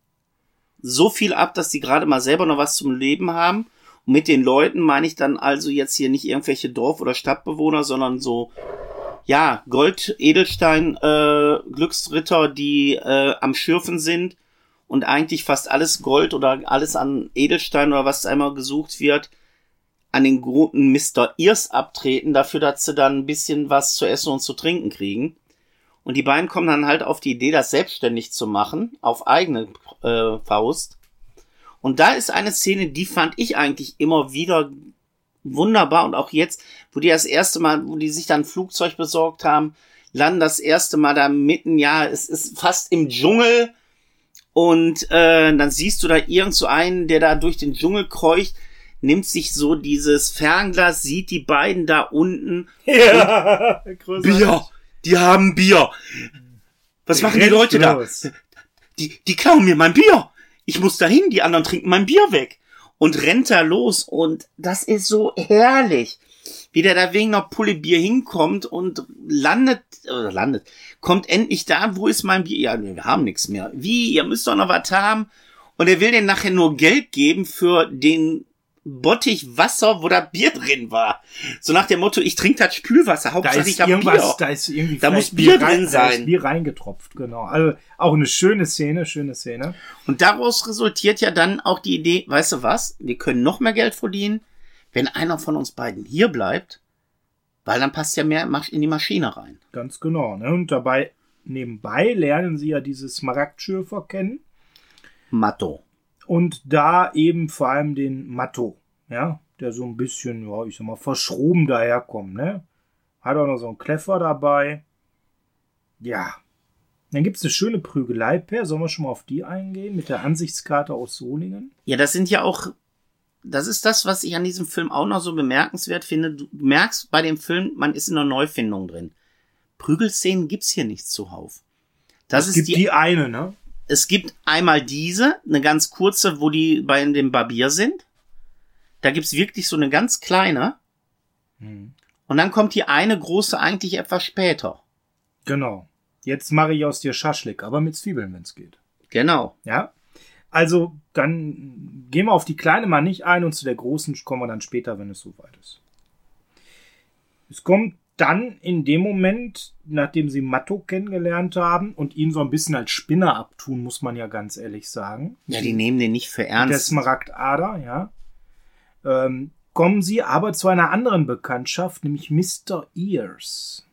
so viel ab, dass die gerade mal selber noch was zum Leben haben. Und mit den Leuten meine ich dann also jetzt hier nicht irgendwelche Dorf- oder Stadtbewohner, sondern so, ja, Gold, Edelstein, äh, Glücksritter, die äh, am Schürfen sind und eigentlich fast alles Gold oder alles an Edelstein oder was einmal gesucht wird, an den guten Mister Ears abtreten, dafür, dass sie dann ein bisschen was zu essen und zu trinken kriegen. Und die beiden kommen dann halt auf die Idee, das selbstständig zu machen, auf eigene äh, Faust. Und da ist eine Szene, die fand ich eigentlich immer wieder wunderbar. Und auch jetzt, wo die das erste Mal, wo die sich dann ein Flugzeug besorgt haben, landen das erste Mal da mitten, ja, es ist fast im Dschungel. Und äh, dann siehst du da irgend so einen, der da durch den Dschungel kreucht, nimmt sich so dieses Fernglas, sieht die beiden da unten. Ja, Bier, die haben Bier. Was machen die Leute da? Die, die klauen mir mein Bier. Ich muss dahin, die anderen trinken mein Bier weg. Und rennt da los. Und das ist so herrlich. Wie der da wegen noch Pulle Bier hinkommt und landet, oder landet, kommt endlich da, wo ist mein Bier? Ja, wir haben nichts mehr. Wie? Ihr müsst doch noch was haben. Und er will denen nachher nur Geld geben für den Bottich Wasser, wo da Bier drin war. So nach dem Motto, ich trinke das Spülwasser, Hauptsache ich habe Bier. Da ist irgendwie da muss Bier, Bier drin rein, sein. Da ist Bier reingetropft, genau. Also auch eine schöne Szene, schöne Szene. Und daraus resultiert ja dann auch die Idee, weißt du was, wir können noch mehr Geld verdienen, wenn einer von uns beiden hier bleibt, weil dann passt ja mehr in die Maschine rein. Ganz genau. Ne? Und dabei, nebenbei lernen sie ja dieses Smaragdschürfer kennen. Matto. Und da eben vor allem den Matto, ja, der so ein bisschen, ja, ich sag mal, verschroben daherkommt, ne? Hat auch noch so einen Kleffer dabei. Ja. Dann gibt es eine schöne Prügelei, Per. Sollen wir schon mal auf die eingehen? Mit der Ansichtskarte aus Solingen? Ja, das sind ja auch, das ist das, was ich an diesem Film auch noch so bemerkenswert finde. Du merkst bei dem Film, man ist in einer Neufindung drin. Prügelszenen gibt's hier nicht zuhauf. Das es ist gibt die, die eine, ne? Es gibt einmal diese, eine ganz kurze, wo die bei dem Barbier sind. Da gibt's wirklich so eine ganz kleine. Hm. Und dann kommt die eine große eigentlich etwas später. Genau. Jetzt mache ich aus dir Schaschlik, aber mit Zwiebeln, wenn es geht. Genau. Ja. Also, dann gehen wir auf die kleine mal nicht ein und zu der großen kommen wir dann später, wenn es soweit ist. Es kommt dann in dem Moment, nachdem sie Matto kennengelernt haben und ihn so ein bisschen als Spinner abtun, muss man ja ganz ehrlich sagen. Ja, die nehmen den nicht für ernst. Der Smaragdader, ja. Ähm, kommen sie aber zu einer anderen Bekanntschaft, nämlich Mister Ears.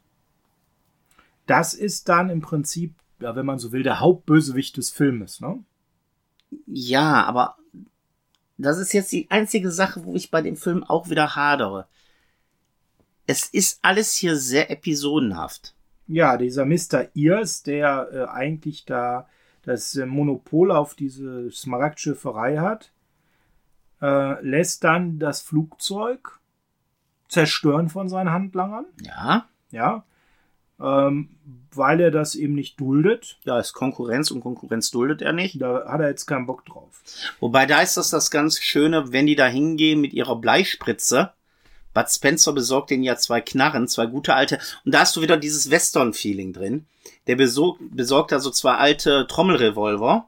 Das ist dann im Prinzip, ja, wenn man so will, der Hauptbösewicht des Filmes, ne? Ja, aber das ist jetzt die einzige Sache, wo ich bei dem Film auch wieder hadere. Es ist alles hier sehr episodenhaft. Ja, dieser Mister Ears, der äh, eigentlich da das äh, Monopol auf diese Smaragdschifferei hat, äh, lässt dann das Flugzeug zerstören von seinen Handlangern. Ja. Ja. Ähm, weil er das eben nicht duldet. Ja, ist Konkurrenz und Konkurrenz duldet er nicht. Da hat er jetzt keinen Bock drauf. Wobei da ist das das ganz Schöne, wenn die da hingehen mit ihrer Bleispritze. Bud Spencer besorgt denen ja zwei Knarren, zwei gute alte. Und da hast du wieder dieses Western-Feeling drin. Der besorgt, besorgt also zwei alte Trommelrevolver.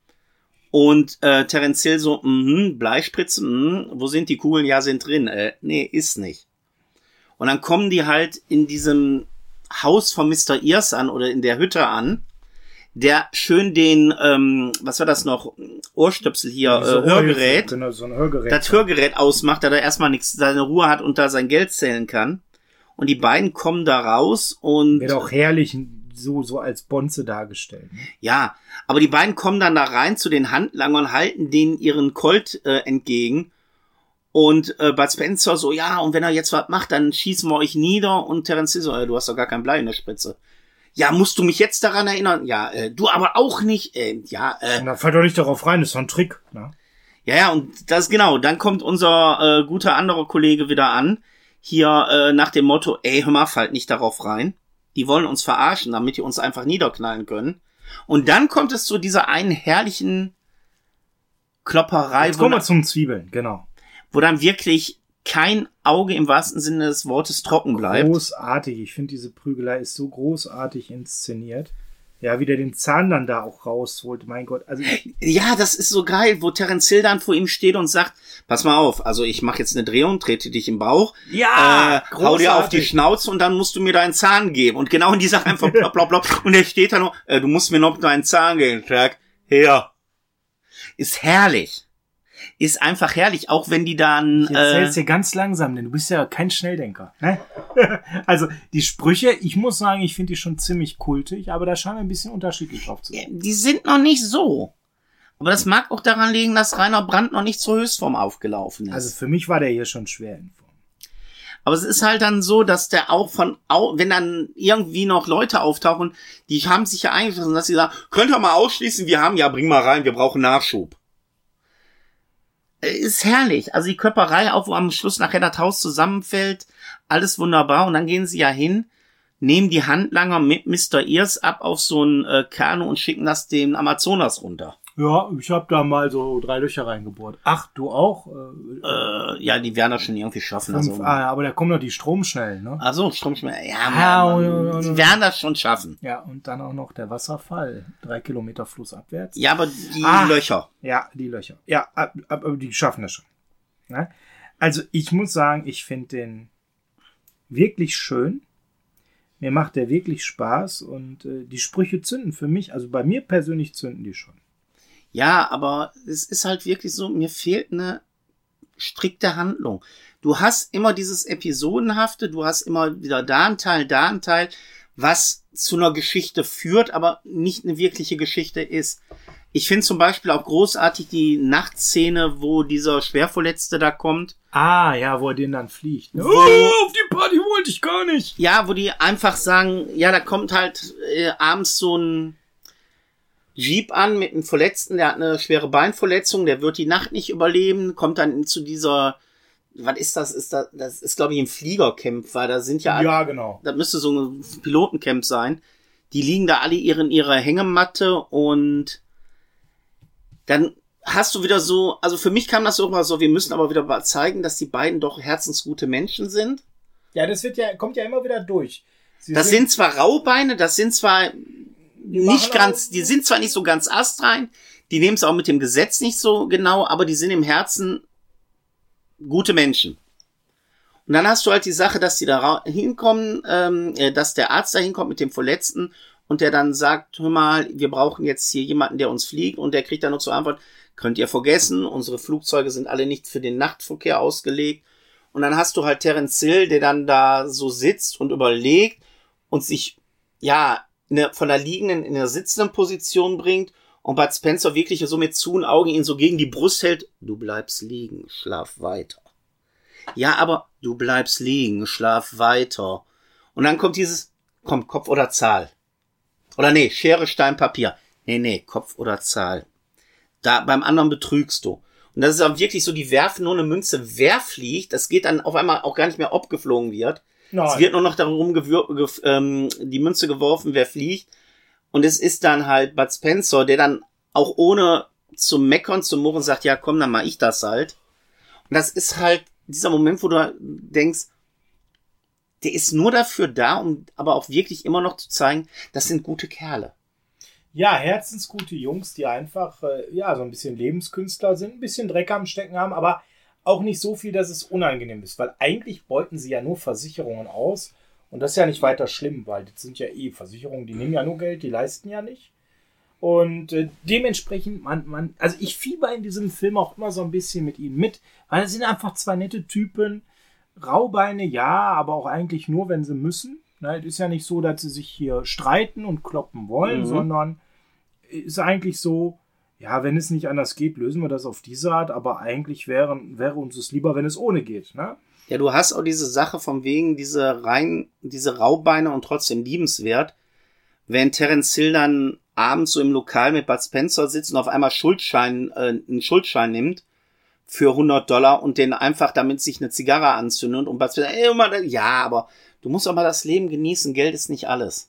Und äh, Terence Hill so, mhm, Bleispritze, mhm, wo sind die Kugeln? Ja, sind drin. Äh, nee, ist nicht. Und dann kommen die halt in diesem Haus von Mister Ears an oder in der Hütte an, der schön den, ähm, was war das noch, Ohrstöpsel hier, so äh, Hörgerät, genau, so ein Hörgerät, das Hörgerät ausmacht, da er erstmal nichts, seine Ruhe hat und da sein Geld zählen kann. Und die beiden kommen da raus und... Wird auch herrlich so, so als Bonze dargestellt. Ne? Ja, aber die beiden kommen dann da rein zu den Handlangern, halten denen ihren Colt äh, entgegen. Und äh, Bud Spencer so, ja, und wenn er jetzt was macht, dann schießen wir euch nieder. Und Terence Hill so, äh, du hast doch gar kein Blei in der Spritze. Ja, musst du mich jetzt daran erinnern? Ja, äh, du aber auch nicht. Äh, ja, äh. Und dann fällt doch nicht darauf rein, das ist doch ein Trick. Ne? Ja, ja, und das genau. Dann kommt unser äh, guter anderer Kollege wieder an. Hier äh, nach dem Motto, ey, hör mal, fallt nicht darauf rein. Die wollen uns verarschen, damit die uns einfach niederknallen können. Und dann kommt es zu dieser einen herrlichen Klopperei. Jetzt kommen wir zum Zwiebeln, genau. Wo dann wirklich kein Auge im wahrsten Sinne des Wortes trocken bleibt. Großartig. Ich finde, diese Prügelei ist so großartig inszeniert. Ja, wie der den Zahn dann da auch rausholt. Mein Gott. Also ich ja, das ist so geil, wo Terence Hill dann vor ihm steht und sagt, pass mal auf, also ich mache jetzt eine Drehung, trete dich im Bauch, ja, äh, hau dir auf die Schnauze und dann musst du mir deinen Zahn geben. Und genau in die Sache einfach plopp, plopp, plopp. Und er steht da noch, äh, du musst mir noch deinen Zahn geben. Sag, her. Ist herrlich. Ist einfach herrlich, auch wenn die dann... Ich erzähl's äh, dir ganz langsam, denn du bist ja kein Schnelldenker. Ne? Also die Sprüche, ich muss sagen, ich finde die schon ziemlich kultig, aber da scheinen wir ein bisschen unterschiedlich drauf zu sein. Die sind noch nicht so. Aber das mag auch daran liegen, dass Rainer Brandt noch nicht zur Höchstform aufgelaufen ist. Also für mich war der hier schon schwer in Form. Aber es ist halt dann so, dass der auch von, wenn dann irgendwie noch Leute auftauchen, die haben sich ja eingeschlossen, dass sie sagen, könnt ihr mal ausschließen, wir haben, ja, bring mal rein, wir brauchen Nachschub. Ist herrlich. Also die Köpperei, auch wo am Schluss nachher das Haus zusammenfällt, alles wunderbar. Und dann gehen sie ja hin, nehmen die Handlanger mit Mister Ears ab auf so ein äh, Kanu und schicken das dem Amazonas runter. Ja, ich habe da mal so drei Löcher reingebohrt. Ach, du auch? Äh, äh, ja, die werden das schon irgendwie schaffen. Fünf, also, ah, aber da kommen noch die Stromschnellen, ne? Ach so, Stromschnellen. Ja, ah, man, und, und, die und, werden das schon schaffen. Ja, und dann auch noch der Wasserfall. Drei Kilometer flussabwärts. Ja, aber die ah, Löcher. Ja, die Löcher. Ja, aber die schaffen das schon. Ja? Also ich muss sagen, ich finde den wirklich schön. Mir macht der wirklich Spaß und äh, die Sprüche zünden für mich, also bei mir persönlich zünden die schon. Ja, aber es ist halt wirklich so, mir fehlt eine strikte Handlung. Du hast immer dieses Episodenhafte, du hast immer wieder da ein Teil, da ein Teil, was zu einer Geschichte führt, aber nicht eine wirkliche Geschichte ist. Ich finde zum Beispiel auch großartig die Nachtszene, wo dieser Schwerverletzte da kommt. Ah, ja, wo er den dann fliegt. Ne? Wo, oh, auf die Party wollte ich gar nicht. Ja, wo die einfach sagen, ja, da kommt halt äh, abends so ein Jeep an mit einem Verletzten, der hat eine schwere Beinverletzung, der wird die Nacht nicht überleben, kommt dann zu dieser, was ist das, ist das, das ist glaube ich ein Fliegercamp, weil da sind ja, ja genau, das müsste so ein Pilotencamp sein, die liegen da alle in ihrer Hängematte und dann hast du wieder so, also für mich kam das so immer so, wir müssen aber wieder zeigen, dass die beiden doch herzensgute Menschen sind. Ja, das wird ja, kommt ja immer wieder durch. Sie das sind, sind zwar Raubeine, das sind zwar Die nicht ganz, die sind zwar nicht so ganz astrein, die nehmen es auch mit dem Gesetz nicht so genau, aber die sind im Herzen gute Menschen. Und dann hast du halt die Sache, dass die da hinkommen, ähm, dass der Arzt da hinkommt mit dem Verletzten und der dann sagt, hör mal, wir brauchen jetzt hier jemanden, der uns fliegt, und der kriegt dann noch zur Antwort, könnt ihr vergessen, unsere Flugzeuge sind alle nicht für den Nachtverkehr ausgelegt. Und dann hast du halt Terence Hill, der dann da so sitzt und überlegt und sich, ja, eine, von der liegenden in der sitzenden Position bringt und Bud Spencer wirklich so mit zu Augen ihn so gegen die Brust hält. Du bleibst liegen, schlaf weiter. Ja, aber du bleibst liegen, schlaf weiter. Und dann kommt dieses, komm, Kopf oder Zahl. Oder nee, Schere, Stein, Papier. Nee, nee, Kopf oder Zahl. Da, beim anderen betrügst du. Und das ist auch wirklich so, die werfen nur eine Münze, wer fliegt. Das geht dann auf einmal auch gar nicht mehr, ob geflogen wird. Nein. Es wird nur noch darum gewür- ge- ähm, die Münze geworfen, wer fliegt. Und es ist dann halt Bud Spencer, der dann auch ohne zu meckern, zu murren sagt, ja komm, dann mach ich das halt. Und das ist halt dieser Moment, wo du denkst, der ist nur dafür da, um aber auch wirklich immer noch zu zeigen, das sind gute Kerle. Ja, herzensgute Jungs, die einfach, äh, ja, so ein bisschen Lebenskünstler sind, ein bisschen Dreck am Stecken haben, aber auch nicht so viel, dass es unangenehm ist, weil eigentlich beuten sie ja nur Versicherungen aus und das ist ja nicht weiter schlimm, weil das sind ja eh Versicherungen, die nehmen ja nur Geld, die leisten ja nicht. Und äh, dementsprechend, man, man, also ich fieber in diesem Film auch immer so ein bisschen mit ihnen mit, weil es sind einfach zwei nette Typen, Raubeine, ja, aber auch eigentlich nur, wenn sie müssen. Ne, es ist ja nicht so, dass sie sich hier streiten und kloppen wollen, mhm. sondern ist eigentlich so, ja, wenn es nicht anders geht, lösen wir das auf diese Art, aber eigentlich wäre, wäre uns es lieber, wenn es ohne geht, ne? Ja, du hast auch diese Sache von wegen diese rein, diese Raubeine und trotzdem liebenswert, wenn Terence Hill dann abends so im Lokal mit Bud Spencer sitzt und auf einmal Schuldschein, äh, einen Schuldschein nimmt für hundert Dollar und den einfach damit sich eine Zigarre anzündet und Bud Spencer, ey, immer, ja, aber du musst auch mal das Leben genießen, Geld ist nicht alles.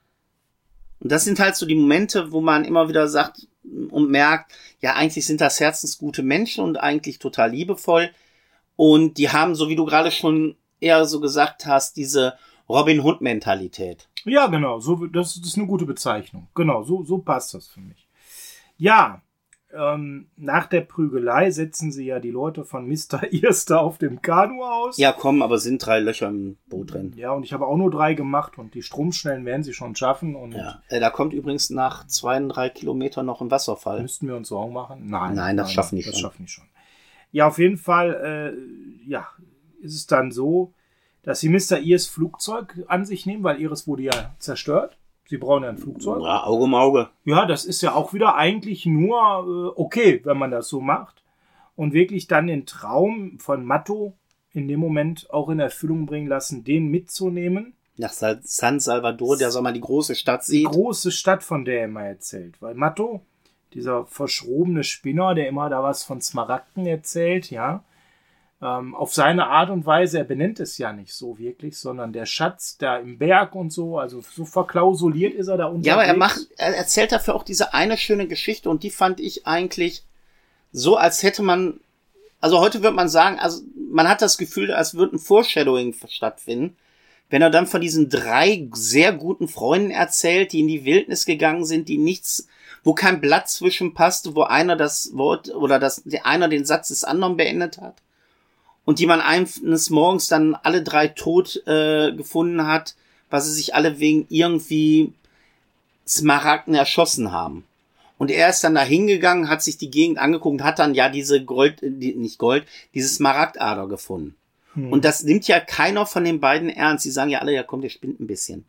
Und das sind halt so die Momente, wo man immer wieder sagt und merkt, ja, eigentlich sind das herzensgute Menschen und eigentlich total liebevoll. Und die haben, so wie du gerade schon eher so gesagt hast, diese Robin Hood-Mentalität. Ja, genau, so, das, das ist eine gute Bezeichnung. Genau, so, so passt das für mich. Ja, ähm, nach der Prügelei setzen sie ja die Leute von Mister Ears da auf dem Kanu aus. Ja, komm, aber sind drei Löcher im Boot drin. Ja, und ich habe auch nur drei gemacht und die Stromschnellen werden sie schon schaffen. Und ja, äh, da kommt übrigens nach zwei, drei Kilometern noch ein Wasserfall. Müssten wir uns Sorgen machen? Nein. Nein, das nein, schaffen die das schon. schaffen die schon. Ja, auf jeden Fall, äh, ja, ist es dann so, dass sie Mister Ears Flugzeug an sich nehmen, weil ihres wurde ja zerstört. Sie brauchen ja ein Flugzeug. Ja, Auge um Auge. Ja, das ist ja auch wieder eigentlich nur äh, okay, wenn man das so macht. Und wirklich dann den Traum von Matto in dem Moment auch in Erfüllung bringen lassen, den mitzunehmen. Nach San Salvador, der soll mal die große Stadt sieht. Die große Stadt, von der er immer erzählt. Weil Matto, dieser verschrobene Spinner, der immer da was von Smaragden erzählt, ja, ähm, auf seine Art und Weise, er benennt es ja nicht so wirklich, sondern der Schatz da im Berg und so, also so verklausuliert ist er da unterwegs. Ja, aber er macht, er erzählt dafür auch diese eine schöne Geschichte und die fand ich eigentlich so, als hätte man, also heute würde man sagen, also man hat das Gefühl, als würde ein Foreshadowing stattfinden, wenn er dann von diesen drei sehr guten Freunden erzählt, die in die Wildnis gegangen sind, die nichts, wo kein Blatt zwischen passte, wo einer das Wort oder das, der einer den Satz des anderen beendet hat und die man eines Morgens dann alle drei tot äh, gefunden hat, weil sie sich alle wegen irgendwie Smaragden erschossen haben. Und er ist dann da hingegangen, hat sich die Gegend angeguckt und hat dann ja diese Gold, die, nicht Gold, diese Smaragdader gefunden. Hm. Und das nimmt ja keiner von den beiden ernst. Die sagen ja alle, ja komm, der spinnt ein bisschen.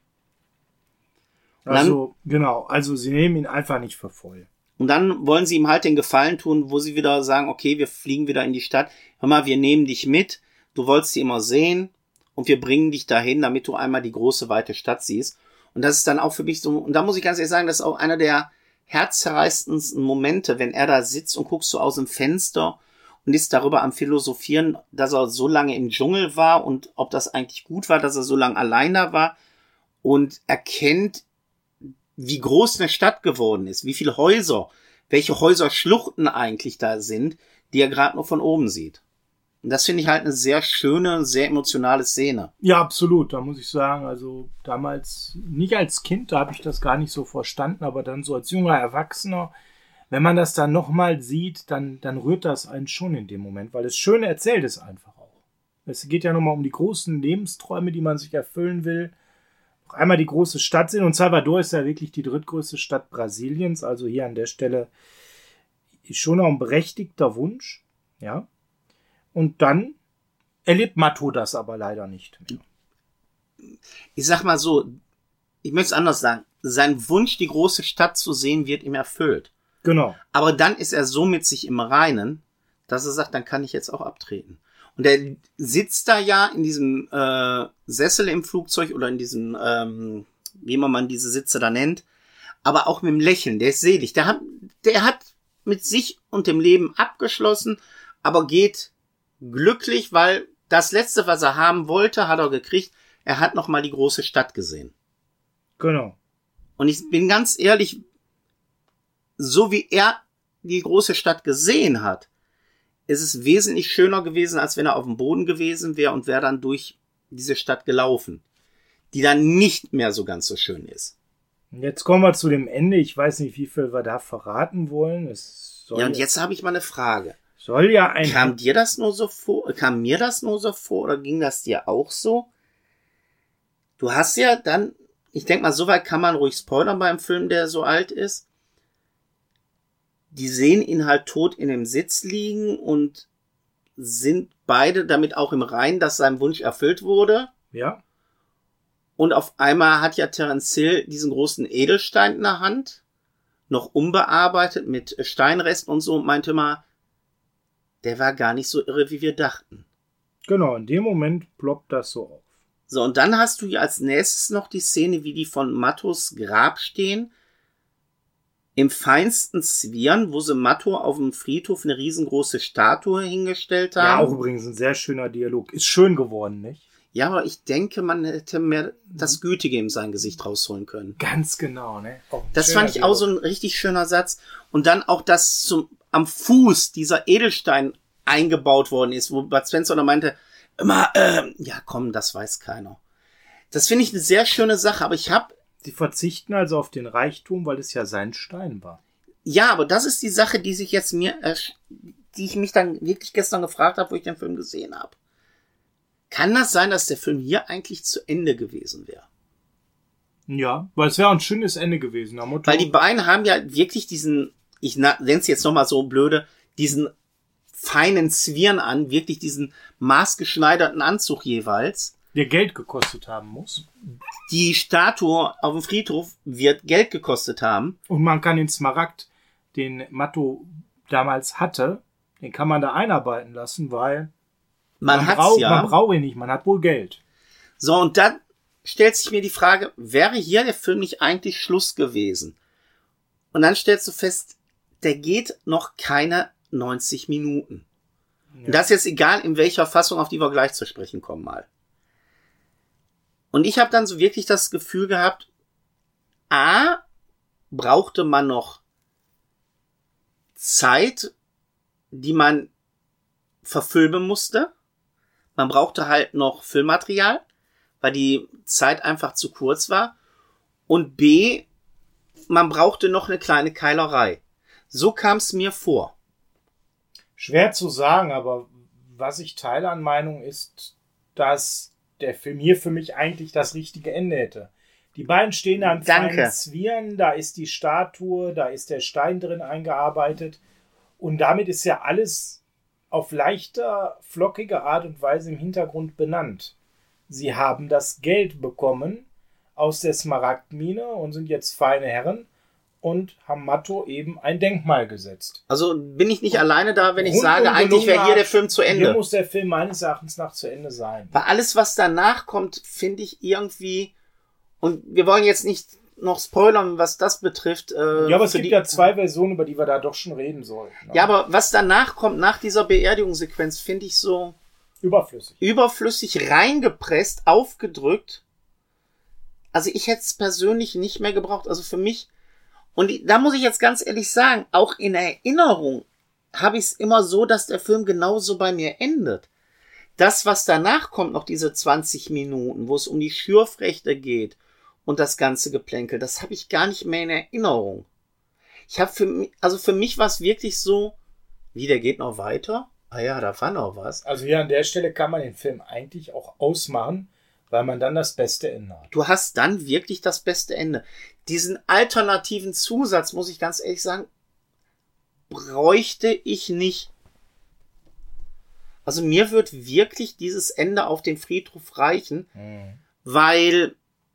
Und also, dann, genau, also sie nehmen ihn einfach nicht für voll. Und dann wollen sie ihm halt den Gefallen tun, wo sie wieder sagen, okay, wir fliegen wieder in die Stadt. Hör mal, wir nehmen dich mit, du wolltest sie immer sehen und wir bringen dich dahin, damit du einmal die große, weite Stadt siehst. Und das ist dann auch für mich so, und da muss ich ganz ehrlich sagen, das ist auch einer der herzzerreißendsten Momente, wenn er da sitzt und guckst so aus dem Fenster und ist darüber am Philosophieren, dass er so lange im Dschungel war und ob das eigentlich gut war, dass er so lange allein da war und erkennt, wie groß eine Stadt geworden ist, wie viele Häuser, welche Häuserschluchten eigentlich da sind, die er gerade nur von oben sieht. Und das finde ich halt eine sehr schöne, sehr emotionale Szene. Ja, absolut. Da muss ich sagen, also damals, nicht als Kind, da habe ich das gar nicht so verstanden, aber dann so als junger Erwachsener, wenn man das dann nochmal sieht, dann, dann rührt das einen schon in dem Moment, weil es schön erzählt ist einfach auch. Es geht ja nochmal um die großen Lebensträume, die man sich erfüllen will. Noch einmal die große Stadt sehen. Und Salvador ist ja wirklich die drittgrößte Stadt Brasiliens. Also hier an der Stelle ist schon auch ein berechtigter Wunsch. Ja. Und dann erlebt Matto das aber leider nicht mehr. Ich sag mal so, ich möchte es anders sagen. Sein Wunsch, die große Stadt zu sehen, wird ihm erfüllt. Genau. Aber dann ist er so mit sich im Reinen, dass er sagt, dann kann ich jetzt auch abtreten. Und er sitzt da ja in diesem äh, Sessel im Flugzeug oder in diesem, ähm, wie immer man diese Sitze da nennt, aber auch mit dem Lächeln. Der ist selig. Der hat, der hat mit sich und dem Leben abgeschlossen, aber geht glücklich, weil das Letzte, was er haben wollte, hat er gekriegt. Er hat noch mal die große Stadt gesehen. Genau. Und ich bin ganz ehrlich, so wie er die große Stadt gesehen hat, ist es wesentlich schöner gewesen, als wenn er auf dem Boden gewesen wäre und wäre dann durch diese Stadt gelaufen, die dann nicht mehr so ganz so schön ist. Jetzt kommen wir zu dem Ende. Ich weiß nicht, wie viel wir da verraten wollen. Es soll ja, und jetzt habe ich mal eine Frage. Soll ja ein Kam dir das nur so vor? Kam mir das nur so vor oder ging das dir auch so? Du hast ja dann, ich denke mal, so weit kann man ruhig spoilern beim Film, der so alt ist. Die sehen ihn halt tot in dem Sitz liegen und sind beide damit auch im Reinen, dass sein Wunsch erfüllt wurde. Ja. Und auf einmal hat ja Terence Hill diesen großen Edelstein in der Hand, noch unbearbeitet mit Steinresten und so, und meinte mal, der war gar nicht so irre, wie wir dachten. Genau, in dem Moment ploppt das so auf. So, und dann hast du ja als nächstes noch die Szene, wie die von Mattos Grab stehen, im feinsten Zwirn, wo sie Matto auf dem Friedhof eine riesengroße Statue hingestellt haben. Ja, auch übrigens ein sehr schöner Dialog. Ist schön geworden, nicht? Ja, aber ich denke, man hätte mehr das Gütige in sein Gesicht rausholen können. Ganz genau, ne? Das fand ich Dialog. Auch so ein richtig schöner Satz. Und dann auch, dass zum, am Fuß dieser Edelstein eingebaut worden ist, wo Bud Spencer da meinte, immer, äh, ja komm, das weiß keiner. Das finde ich eine sehr schöne Sache, aber ich habe Sie verzichten also auf den Reichtum, weil es ja sein Stein war. Ja, aber das ist die Sache, die sich jetzt mir, äh, die ich mich dann wirklich gestern gefragt habe, wo ich den Film gesehen habe. Kann das sein, dass der Film hier eigentlich zu Ende gewesen wäre? Ja, weil es wäre ein schönes Ende gewesen. Weil die beiden haben ja wirklich diesen, ich nenne es jetzt nochmal so blöde, diesen feinen Zwirn an, wirklich diesen maßgeschneiderten Anzug jeweils. Der Geld gekostet haben muss. Die Statue auf dem Friedhof wird Geld gekostet haben. Und man kann den Smaragd, den Matto damals hatte, den kann man da einarbeiten lassen, weil man, man, hat's brauch, ja. man braucht ihn nicht, man hat wohl Geld. So, und dann stellt sich mir die Frage, wäre hier der Film nicht eigentlich Schluss gewesen? Und dann stellst du fest, der geht noch keine neunzig Minuten. Ja. Und das ist jetzt egal, in welcher Fassung, auf die wir gleich zu sprechen kommen mal. Und ich habe dann so wirklich das Gefühl gehabt, A, brauchte man noch Zeit, die man verfilmen musste. Man brauchte halt noch Filmmaterial, weil die Zeit einfach zu kurz war. Und B, man brauchte noch eine kleine Keilerei. So kam es mir vor. Schwer zu sagen, aber was ich teile an Meinung ist, dass der Film hier für mich eigentlich das richtige Ende hätte. Die beiden stehen da im feinen Zwirn, da ist die Statue, da ist der Stein drin eingearbeitet und damit ist ja alles auf leichter, flockige Art und Weise im Hintergrund benannt. Sie haben das Geld bekommen aus der Smaragdmine und sind jetzt feine Herren und haben Matto eben ein Denkmal gesetzt. Also bin ich nicht und alleine da, wenn ich sage, eigentlich wäre hier der Film zu Ende. Hier muss der Film meines Erachtens nach zu Ende sein. Weil alles, was danach kommt, finde ich irgendwie, und wir wollen jetzt nicht noch spoilern, was das betrifft. Äh, ja, aber es gibt ja zwei Versionen, über die wir da doch schon reden sollten. Ne? Ja, aber was danach kommt, nach dieser Beerdigungssequenz, finde ich so überflüssig. Überflüssig, reingepresst, aufgedrückt. Also ich hätte es persönlich nicht mehr gebraucht. Also für mich, und da muss ich jetzt ganz ehrlich sagen, auch in Erinnerung habe ich es immer so, dass der Film genauso bei mir endet. Das, was danach kommt, noch diese zwanzig Minuten, wo es um die Schürfrechte geht und das ganze Geplänkel, das habe ich gar nicht mehr in Erinnerung. Ich habe für mich, also für mich war es wirklich so, wie, der geht noch weiter? Ah ja, da war noch was. Also hier an der Stelle kann man den Film eigentlich auch ausmachen, weil man dann das beste Ende hat. Du hast dann wirklich das beste Ende. Diesen alternativen Zusatz, muss ich ganz ehrlich sagen, bräuchte ich nicht. Also mir wird wirklich dieses Ende auf dem Friedhof reichen, mhm. weil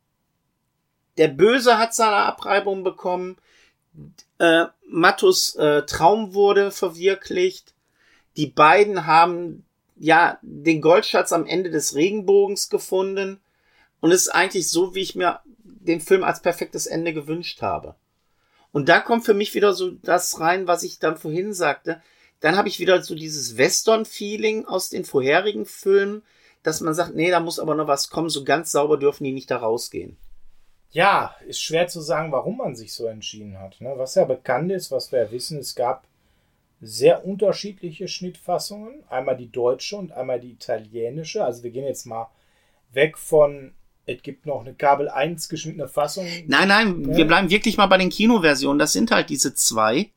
der Böse hat seine Abreibung bekommen, äh, Mattos äh, Traum wurde verwirklicht, die beiden haben ja den Goldschatz am Ende des Regenbogens gefunden und es ist eigentlich so, wie ich mir den Film als perfektes Ende gewünscht habe. Und da kommt für mich wieder so das rein, was ich dann vorhin sagte. Dann habe ich wieder so dieses Western-Feeling aus den vorherigen Filmen, dass man sagt, nee, da muss aber noch was kommen, so ganz sauber dürfen die nicht da rausgehen. Ja, ist schwer zu sagen, warum man sich so entschieden hat. Ne? Was ja bekannt ist, was wir ja wissen, es gab sehr unterschiedliche Schnittfassungen. Einmal die deutsche und einmal die italienische. Also wir gehen jetzt mal weg von, es gibt noch eine Kabel eins geschnittene Fassung. Nein, nein, ja. Wir bleiben wirklich mal bei den Kinoversionen. Das sind halt diese zwei.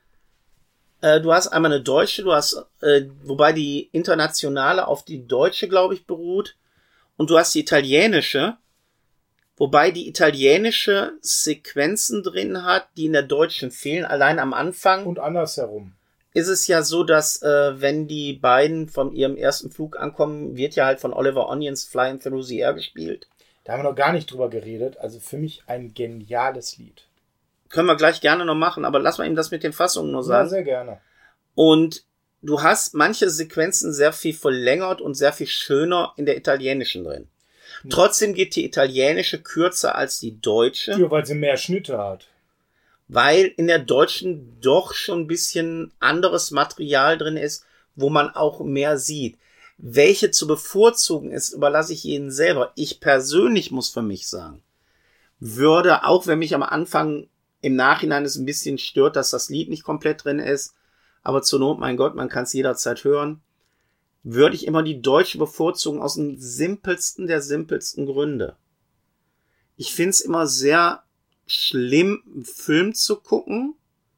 Äh, du hast einmal eine deutsche, du hast, äh, wobei die internationale auf die deutsche, glaube ich, beruht. Und du hast die italienische, wobei die italienische Sequenzen drin hat, die in der deutschen fehlen, allein am Anfang. Und andersherum. Ist es ja so, dass äh, wenn die beiden von ihrem ersten Flug ankommen, wird ja halt von Oliver Onions Flying Through the Air gespielt. Da haben wir noch gar nicht drüber geredet. Also für mich ein geniales Lied. Können wir gleich gerne noch machen, aber lass mal eben das mit den Fassungen nur sagen. Ja, sehr gerne. Und du hast manche Sequenzen sehr viel verlängert und sehr viel schöner in der italienischen drin. Ja. Trotzdem geht die italienische kürzer als die deutsche. Ja, weil sie mehr Schnitte hat. Weil in der deutschen doch schon ein bisschen anderes Material drin ist, wo man auch mehr sieht. Welche zu bevorzugen ist, überlasse ich jedem selber. Ich persönlich muss für mich sagen, würde, auch wenn mich am Anfang im Nachhinein es ein bisschen stört, dass das Lied nicht komplett drin ist, aber zur Not, mein Gott, man kann es jederzeit hören, würde ich immer die deutsche bevorzugen aus dem simpelsten der simpelsten Gründe. Ich finde es immer sehr schlimm, einen Film zu gucken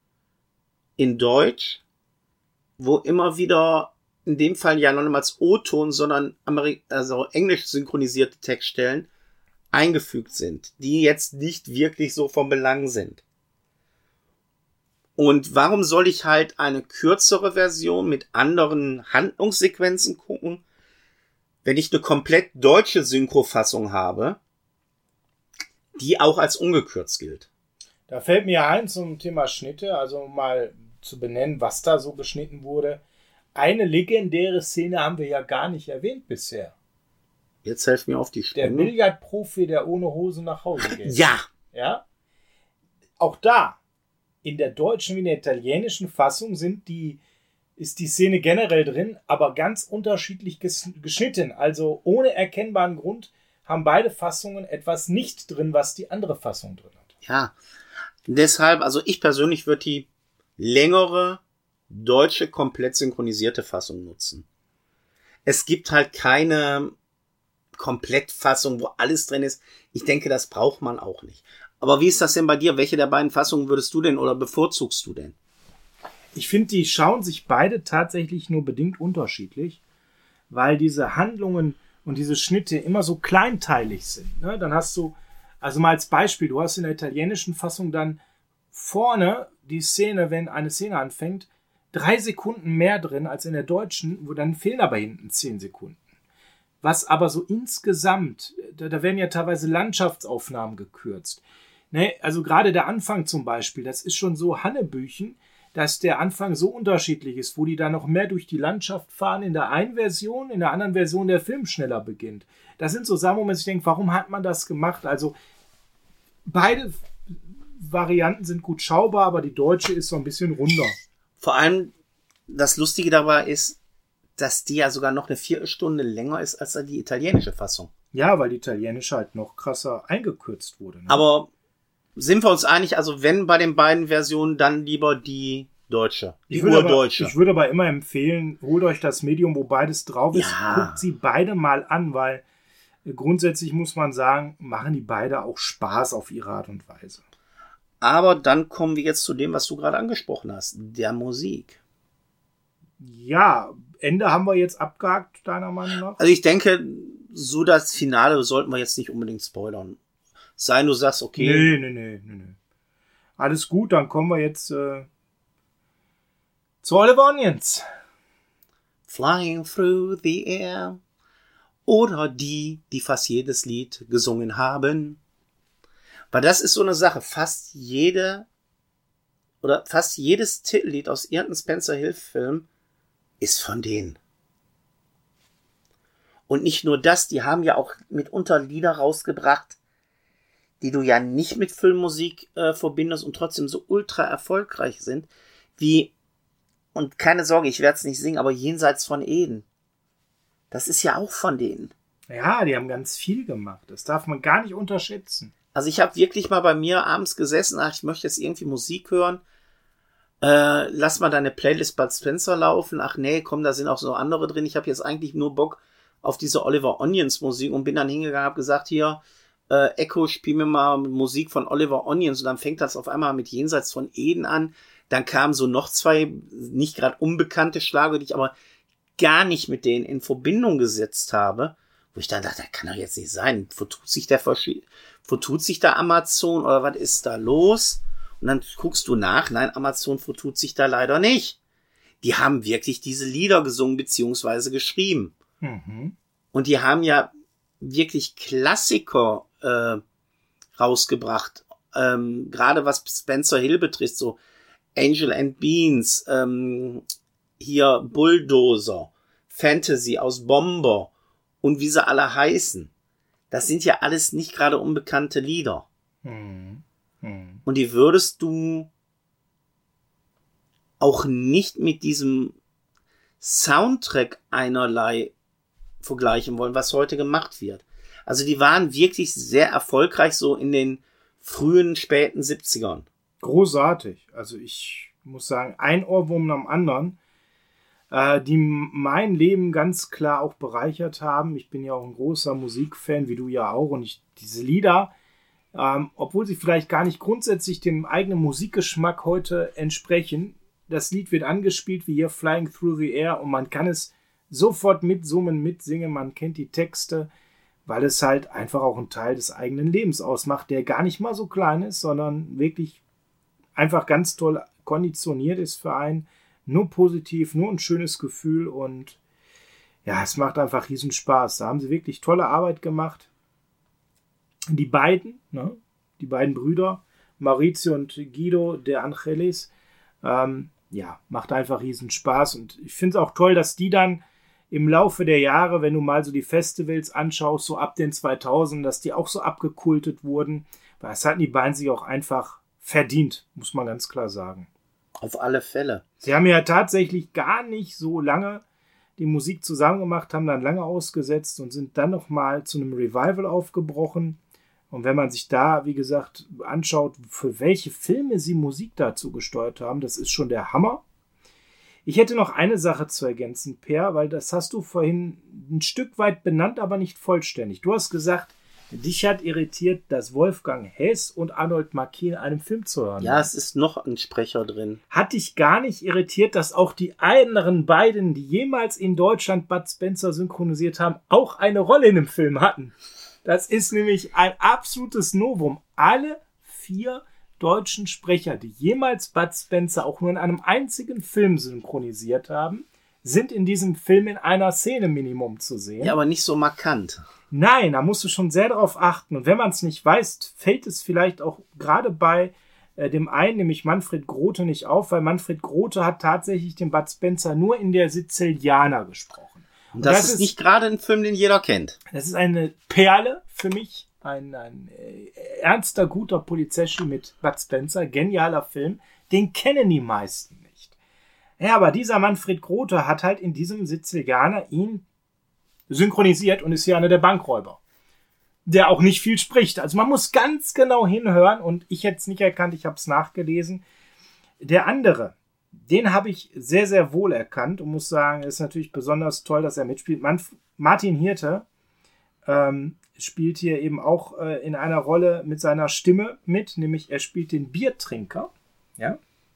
in Deutsch, wo immer wieder, in dem Fall ja noch nicht mal als O-Ton, sondern Ameri- also englisch synchronisierte Textstellen eingefügt sind, die jetzt nicht wirklich so von Belang sind. Und warum soll ich halt eine kürzere Version mit anderen Handlungssequenzen gucken, wenn ich eine komplett deutsche Synchrofassung habe, die auch als ungekürzt gilt. Da fällt mir ein zum Thema Schnitte, also mal zu benennen, was da so geschnitten wurde. Eine legendäre Szene haben wir ja gar nicht erwähnt bisher. Jetzt helft mir auf die Der Sprünge. Billardprofi, der ohne Hose nach Hause geht. Ja! Ja? Auch da, in der deutschen wie in der italienischen Fassung sind die, ist die Szene generell drin, aber ganz unterschiedlich ges- geschnitten. Also ohne erkennbaren Grund haben beide Fassungen etwas nicht drin, was die andere Fassung drin hat. Ja. Deshalb, also ich persönlich würde die längere deutsche komplett synchronisierte Fassung nutzen. Es gibt halt keine Komplettfassung, wo alles drin ist. Ich denke, das braucht man auch nicht. Aber wie ist das denn bei dir? Welche der beiden Fassungen würdest du denn oder bevorzugst du denn? Ich finde, die schauen sich beide tatsächlich nur bedingt unterschiedlich, weil diese Handlungen und diese Schnitte immer so kleinteilig sind. Ne? Dann hast du, also mal als Beispiel, du hast in der italienischen Fassung dann vorne die Szene, wenn eine Szene anfängt, drei Sekunden mehr drin als in der deutschen, wo dann fehlen aber hinten zehn Sekunden. Was aber so insgesamt, da, da werden ja teilweise Landschaftsaufnahmen gekürzt. Ne? Also gerade der Anfang zum Beispiel, das ist schon so Hannebüchen, dass der Anfang so unterschiedlich ist, wo die da noch mehr durch die Landschaft fahren in der einen Version, in der anderen Version der Film schneller beginnt. Das sind so Sachen, wo man sich denkt, warum hat man das gemacht? Also beide Varianten sind gut schaubar, aber die deutsche ist so ein bisschen runder. Vor allem, das Lustige dabei ist, dass die ja sogar noch eine Viertelstunde länger ist als die italienische Fassung. Ja, weil die italienische halt noch krasser eingekürzt wurde. Ne? Aber sind wir uns einig, also wenn bei den beiden Versionen, dann lieber die deutsche, die ich würde urdeutsche. Aber, ich würde aber immer empfehlen, holt euch das Medium, wo beides drauf ist, Ja. guckt sie beide mal an, weil grundsätzlich muss man sagen, machen die beide auch Spaß auf ihre Art und Weise. Aber dann kommen wir jetzt zu dem, was du gerade angesprochen hast, der Musik. Ja, Ende haben wir jetzt abgehakt, deiner Meinung nach? Also ich denke, so das Finale sollten wir jetzt nicht unbedingt spoilern. Sei du sagst, okay. Nee, nee, nee, nee, nee. Alles gut, dann kommen wir jetzt äh, zu Oliver Onions. Flying through the air. Oder die, die fast jedes Lied gesungen haben. Weil das ist so eine Sache. Fast jede oder fast jedes Titellied aus irgendeinem Spencer Hill Film ist von denen. Und nicht nur das, die haben ja auch mitunter Lieder rausgebracht, die du ja nicht mit Filmmusik äh, verbindest und trotzdem so ultra erfolgreich sind, wie, und keine Sorge, ich werde es nicht singen, aber Jenseits von Eden. Das ist ja auch von denen. Ja, die haben ganz viel gemacht. Das darf man gar nicht unterschätzen. Also ich habe wirklich mal bei mir abends gesessen, ach, ich möchte jetzt irgendwie Musik hören. Äh, lass mal deine Playlist Bud Spencer laufen. Ach nee, komm, da sind auch so andere drin. Ich habe jetzt eigentlich nur Bock auf diese Oliver Onions Musik und bin dann hingegangen, habe gesagt, hier, äh, Echo, spiel mir mal Musik von Oliver Onions. Und dann fängt das auf einmal mit Jenseits von Eden an. Dann kamen so noch zwei, nicht gerade unbekannte Schlager, die ich aber gar nicht mit denen in Verbindung gesetzt habe. Wo ich dann dachte, das kann doch jetzt nicht sein. Vertut sich der Verschied- vertut sich da Amazon oder was ist da los? Und dann guckst du nach, nein, Amazon vertut sich da leider nicht. Die haben wirklich diese Lieder gesungen beziehungsweise geschrieben. Mhm. Und die haben ja wirklich Klassiker äh, rausgebracht. Ähm, gerade was Spencer Hill betrifft, so Angel and Beans, ähm, hier Bulldozer, Fantasy aus Bomber und wie sie alle heißen. Das sind ja alles nicht gerade unbekannte Lieder. Mhm. Mhm. Und die würdest du auch nicht mit diesem Soundtrack einerlei vergleichen wollen, was heute gemacht wird. Also die waren wirklich sehr erfolgreich so in den frühen, späten siebzigern. Großartig. Also ich muss sagen, ein Ohrwurm am anderen, äh, die mein Leben ganz klar auch bereichert haben. Ich bin ja auch ein großer Musikfan, wie du ja auch. Und ich, diese Lieder, ähm, obwohl sie vielleicht gar nicht grundsätzlich dem eigenen Musikgeschmack heute entsprechen, das Lied wird angespielt wie hier Flying Through the Air und man kann es sofort mitsummen, mitsingen, man kennt die Texte, weil es halt einfach auch einen Teil des eigenen Lebens ausmacht, der gar nicht mal so klein ist, sondern wirklich einfach ganz toll konditioniert ist für einen. Nur positiv, nur ein schönes Gefühl und ja, es macht einfach riesen Spaß. Da haben sie wirklich tolle Arbeit gemacht. Die beiden, ne? Die beiden Brüder, Maurizio und Guido de Angelis, ähm, ja, macht einfach riesen Spaß. Und ich finde es auch toll, dass die dann im Laufe der Jahre, wenn du mal so die Festivals anschaust, so ab den zweitausend, dass die auch so abgekultet wurden. Weil das hatten die beiden sich auch einfach verdient, muss man ganz klar sagen. Auf alle Fälle. Sie haben ja tatsächlich gar nicht so lange die Musik zusammen gemacht, haben dann lange ausgesetzt und sind dann nochmal zu einem Revival aufgebrochen. Und wenn man sich da, wie gesagt, anschaut, für welche Filme sie Musik dazu gesteuert haben, das ist schon der Hammer. Ich hätte noch eine Sache zu ergänzen, Per, weil das hast du vorhin ein Stück weit benannt, aber nicht vollständig. Du hast gesagt, dich hat irritiert, dass Wolfgang Hess und Arnold Marquis in einem Film zu hören Ja, es ist noch ein Sprecher drin. Hat dich gar nicht irritiert, dass auch die anderen beiden, die jemals in Deutschland Bud Spencer synchronisiert haben, auch eine Rolle in dem Film hatten? Das ist nämlich ein absolutes Novum. Alle vier deutschen Sprecher, die jemals Bud Spencer auch nur in einem einzigen Film synchronisiert haben, sind in diesem Film in einer Szene Minimum zu sehen. Ja, aber nicht so markant. Nein, da musst du schon sehr darauf achten. Und wenn man es nicht weiß, fällt es vielleicht auch gerade bei äh, dem einen, nämlich Manfred Grote, nicht auf, weil Manfred Grote hat tatsächlich den Bud Spencer nur in der Sizilianer gesprochen. Und das, das ist, ist nicht gerade ein Film, den jeder kennt. Das ist eine Perle für mich. Ein, ein äh, ernster, guter Polizeschi mit Bud Spencer. Genialer Film. Den kennen die meisten nicht. Ja, aber dieser Manfred Grote hat halt in diesem Sizilianer ihn synchronisiert und ist hier einer der Bankräuber, der auch nicht viel spricht. Also man muss ganz genau hinhören und ich hätte es nicht erkannt, ich habe es nachgelesen. Der andere, den habe ich sehr, sehr wohl erkannt und muss sagen, ist natürlich besonders toll, dass er mitspielt. Manf- Martin Hirte ähm, spielt hier eben auch äh, in einer Rolle mit seiner Stimme mit, nämlich er spielt den Biertrinker, ja,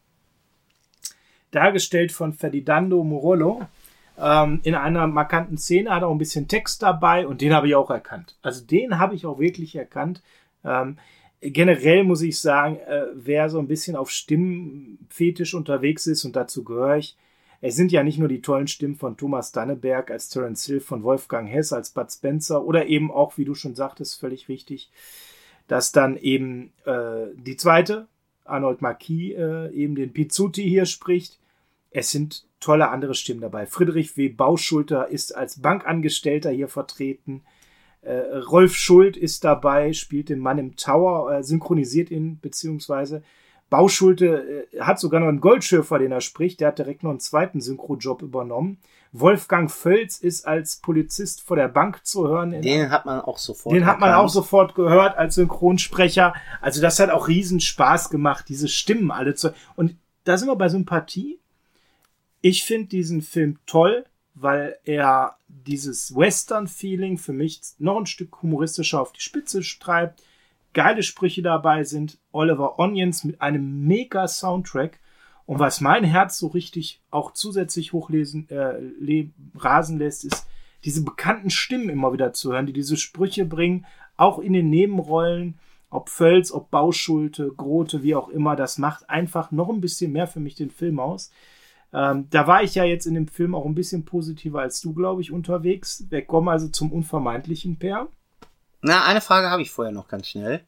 dargestellt von Ferdinando Murolo. Ähm, in einer markanten Szene hat er auch ein bisschen Text dabei und den habe ich auch erkannt. Also den habe ich auch wirklich erkannt. Ähm, generell muss ich sagen, äh, wer so ein bisschen auf Stimmenfetisch unterwegs ist, und dazu gehöre ich, es sind ja nicht nur die tollen Stimmen von Thomas Danneberg als Terence Hill, von Wolfgang Hess als Bud Spencer oder eben auch, wie du schon sagtest, völlig wichtig, dass dann eben äh, die zweite, Arnold Marquis, äh, eben den Pizzuti hier spricht. Es sind tolle andere Stimmen dabei. Friedrich W. Bauschulter ist als Bankangestellter hier vertreten. Äh, Rolf Schuld ist dabei, spielt den Mann im Tower, äh, synchronisiert ihn, beziehungsweise Bauschulte äh, hat sogar noch einen Goldschürfer, den er spricht. Der hat direkt noch einen zweiten Synchrojob übernommen. Wolfgang Völz ist als Polizist vor der Bank zu hören. Den hat man auch sofort Den erkannt. hat man auch sofort gehört als Synchronsprecher. Also das hat auch riesen Spaß gemacht, diese Stimmen alle zu... Und da sind wir bei Sympathie. Ich finde diesen Film toll, weil er dieses Western-Feeling für mich noch ein Stück humoristischer auf die Spitze treibt. Geile Sprüche dabei sind. Oliver Onions mit einem mega Soundtrack. Und was mein Herz so richtig auch zusätzlich hochlesen, äh, le- rasen lässt, ist, diese bekannten Stimmen immer wieder zu hören, die diese Sprüche bringen, auch in den Nebenrollen, ob Völz, ob Bauschulte, Grote, wie auch immer. Das macht einfach noch ein bisschen mehr für mich den Film aus. Ähm, da war ich ja jetzt in dem Film auch ein bisschen positiver als du, glaube ich, unterwegs. Wir kommen also zum Unvermeidlichen, Per. Na, eine Frage habe ich vorher noch ganz schnell.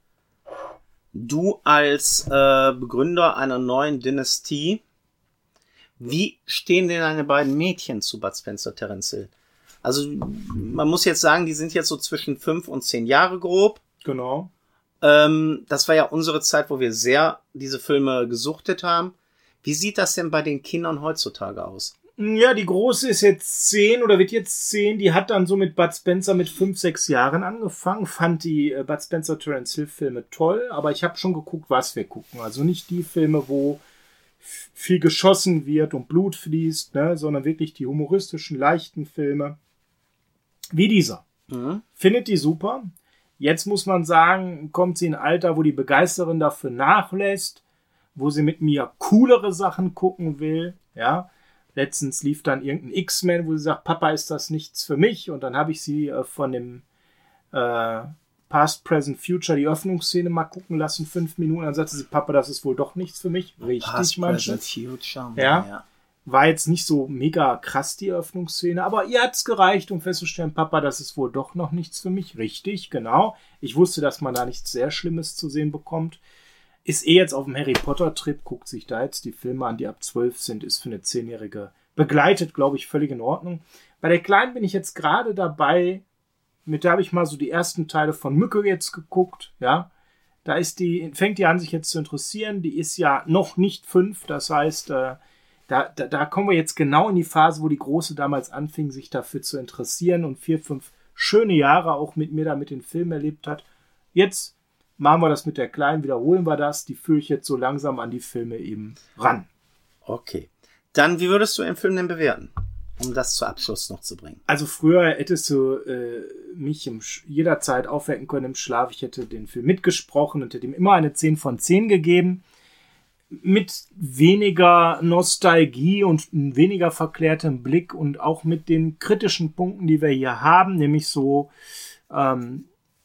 Du als äh, Begründer einer neuen Dynastie, wie stehen denn deine beiden Mädchen zu Bud Spencer, Terence Hill? Also man muss jetzt sagen, die sind jetzt so zwischen fünf und zehn Jahre grob. Genau. Ähm, das war ja unsere Zeit, wo wir sehr diese Filme gesuchtet haben. Wie sieht das denn bei den Kindern heutzutage aus? Ja, die Große ist jetzt zehn oder wird jetzt zehn. Die hat dann so mit Bud Spencer mit fünf, sechs Jahren angefangen. Fand die äh, Bud Spencer Terence Hill Filme toll. Aber ich habe schon geguckt, was wir gucken. Also nicht die Filme, wo f- viel geschossen wird und Blut fließt, ne, sondern wirklich die humoristischen, leichten Filme. Wie dieser. Mhm. Findet die super. Jetzt muss man sagen, kommt sie in ein Alter, wo die Begeisterung dafür nachlässt, wo sie mit mir coolere Sachen gucken will, ja. Letztens lief dann irgendein X-Men, wo sie sagt, Papa, ist das nichts für mich? Und dann habe ich sie äh, von dem äh, Past, Present, Future, die Öffnungsszene mal gucken lassen, fünf Minuten. Dann sagte sie, Papa, das ist wohl doch nichts für mich. Richtig, Past, mein Present, Schatz. Future. Ja. ja. War jetzt nicht so mega krass, die Eröffnungsszene, aber ihr hat's gereicht, um festzustellen, Papa, das ist wohl doch noch nichts für mich. Richtig, genau. Ich wusste, dass man da nichts sehr Schlimmes zu sehen bekommt. Ist eh jetzt auf dem Harry Potter-Trip, guckt sich da jetzt die Filme an, die ab zwölf sind, ist für eine Zehnjährige begleitet, glaube ich, völlig in Ordnung. Bei der Kleinen bin ich jetzt gerade dabei, mit der habe ich mal so die ersten Teile von Mücke jetzt geguckt, ja. Da ist die, fängt die an, sich jetzt zu interessieren. Die ist ja noch nicht fünf, das heißt, äh, da, da, da kommen wir jetzt genau in die Phase, wo die Große damals anfing, sich dafür zu interessieren und vier, fünf schöne Jahre auch mit mir da mit den Filmen erlebt hat. Jetzt machen wir das mit der Kleinen, wiederholen wir das. Die führe ich jetzt so langsam an die Filme eben ran. Okay. Dann, wie würdest du den Film denn bewerten? Um das zu Abschluss noch zu bringen. Also früher hättest du äh, mich im Sch- jederzeit aufwecken können im Schlaf. Ich hätte den Film mitgesprochen und hätte ihm immer eine zehn von zehn gegeben. Mit weniger Nostalgie und weniger verklärtem Blick und auch mit den kritischen Punkten, die wir hier haben, nämlich so ähm,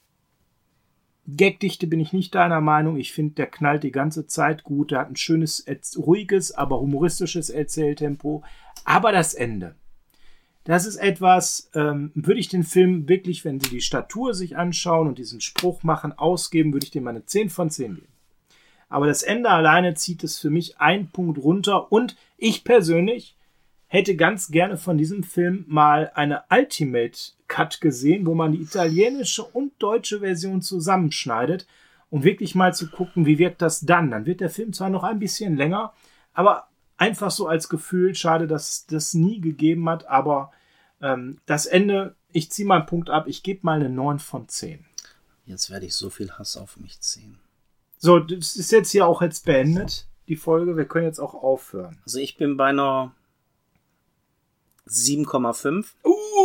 Gagdichte bin ich nicht deiner Meinung. Ich finde, der knallt die ganze Zeit gut. Der hat ein schönes, ruhiges, aber humoristisches Erzähltempo. Aber das Ende, das ist etwas, ähm, würde ich den Film wirklich, wenn Sie die Statur sich anschauen und diesen Spruch machen, ausgeben, würde ich dem eine zehn von zehn geben. Aber das Ende alleine zieht es für mich einen Punkt runter. Und ich persönlich hätte ganz gerne von diesem Film mal eine Ultimate Cut gesehen, wo man die italienische und deutsche Version zusammenschneidet, um wirklich mal zu gucken, wie wirkt das dann. Dann wird der Film zwar noch ein bisschen länger, aber einfach so als Gefühl, schade, dass es das nie gegeben hat, aber ähm, das Ende, ich ziehe mal einen Punkt ab, ich gebe mal eine neun von zehn. Jetzt werde ich so viel Hass auf mich ziehen. So, das ist jetzt hier auch jetzt beendet, die Folge. Wir können jetzt auch aufhören. Also ich bin bei einer sieben Komma fünf.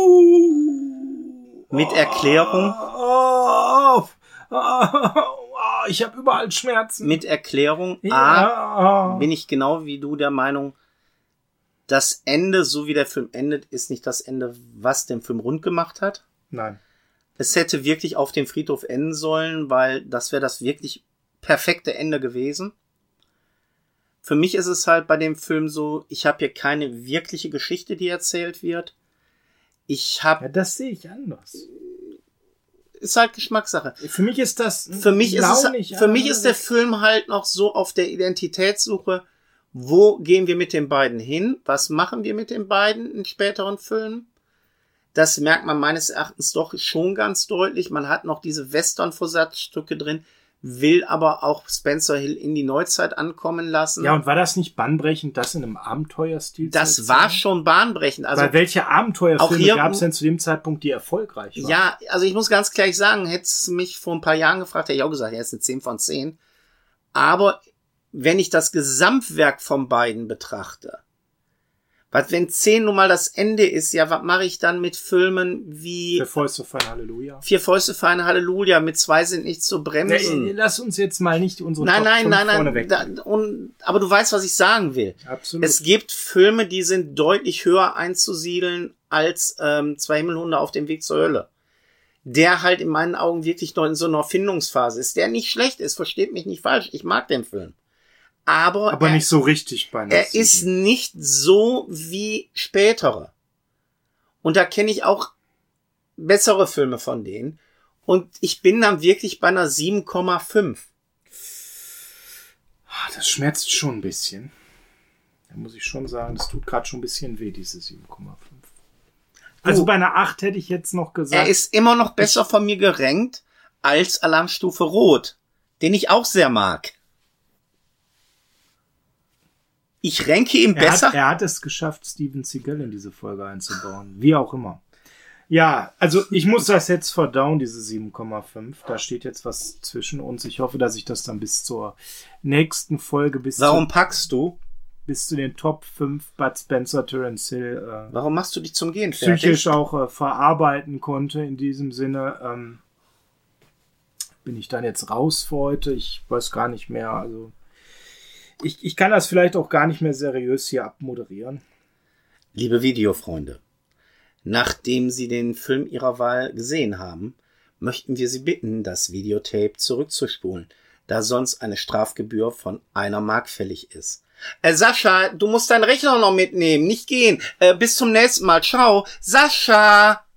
Uh, Mit Erklärung. Oh, oh, oh, ich habe überall Schmerzen. Mit Erklärung. Ja. A, bin ich genau wie du der Meinung, das Ende, so wie der Film endet, ist nicht das Ende, was den Film rund gemacht hat. Nein. Es hätte wirklich auf dem Friedhof enden sollen, weil das wäre das wirklich perfekte Ende gewesen. Für mich ist es halt bei dem Film so, ich habe hier keine wirkliche Geschichte, die erzählt wird. Ich habe... Ja, das sehe ich anders. Ist halt Geschmackssache. Für mich ist das... Für mich ist, es, für mich ist der Film halt noch so auf der Identitätssuche, wo gehen wir mit den beiden hin? Was machen wir mit den beiden in späteren Filmen? Das merkt man meines Erachtens doch schon ganz deutlich. Man hat noch diese Western-Versatzstücke drin, will aber auch Spencer Hill in die Neuzeit ankommen lassen. Ja, und war das nicht bahnbrechend, das in einem Abenteuerstil das zu erzählen? Das war schon bahnbrechend. Also Weil welche Abenteuerfilme gab es denn zu dem Zeitpunkt, die erfolgreich waren? Ja, also ich muss ganz gleich sagen, hättest du mich vor ein paar Jahren gefragt, hätte ich auch gesagt, ja, ist eine zehn von zehn. Aber wenn ich das Gesamtwerk von beiden betrachte, was, wenn zehn nun mal das Ende ist, ja, was mache ich dann mit Filmen wie... Vier Fäuste für ein Halleluja. Vier Fäuste für ein Halleluja, mit zwei sind nicht zu bremsen. Nee, lass uns jetzt mal nicht unsere nein, Top nein, fünf nein, nein, vorne weg. Da, und, aber du weißt, was ich sagen will. Absolut. Es gibt Filme, die sind deutlich höher einzusiedeln als ähm, Zwei Himmelhunde auf dem Weg zur Hölle. Der halt in meinen Augen wirklich noch in so einer Findungsphase ist. Der nicht schlecht ist, versteht mich nicht falsch. Ich mag den Film. Aber, aber er, nicht so richtig bei einer Er sieben. ist nicht so wie spätere. Und da kenne ich auch bessere Filme von denen. Und ich bin dann wirklich bei einer sieben Komma fünf. Das schmerzt schon ein bisschen. Da muss ich schon sagen, das tut gerade schon ein bisschen weh, diese sieben Komma fünf. Also bei einer acht hätte ich jetzt noch gesagt. Er ist immer noch besser von mir gerankt als Alarmstufe Rot, den ich auch sehr mag. Ich ranke ihn er besser. Hat, er hat es geschafft, Steven Seagal in diese Folge einzubauen. Wie auch immer. Ja, also ich muss das jetzt verdauen, diese sieben Komma fünf. Da steht jetzt was zwischen uns. Ich hoffe, dass ich das dann bis zur nächsten Folge, bis, Warum zu, packst du? bis zu den Top fünf Bud Spencer, Terence Hill äh, Warum machst du dich zum Gehen fertig? psychisch auch äh, verarbeiten konnte. In diesem Sinne ähm, bin ich dann jetzt raus für heute. Ich weiß gar nicht mehr, also Ich, ich kann das vielleicht auch gar nicht mehr seriös hier abmoderieren. Liebe Videofreunde, nachdem Sie den Film Ihrer Wahl gesehen haben, möchten wir Sie bitten, das Videotape zurückzuspulen, da sonst eine Strafgebühr von einer Mark fällig ist. Äh, Sascha, du musst deinen Rechner noch mitnehmen, nicht gehen. Äh, bis zum nächsten Mal. Ciao. Sascha!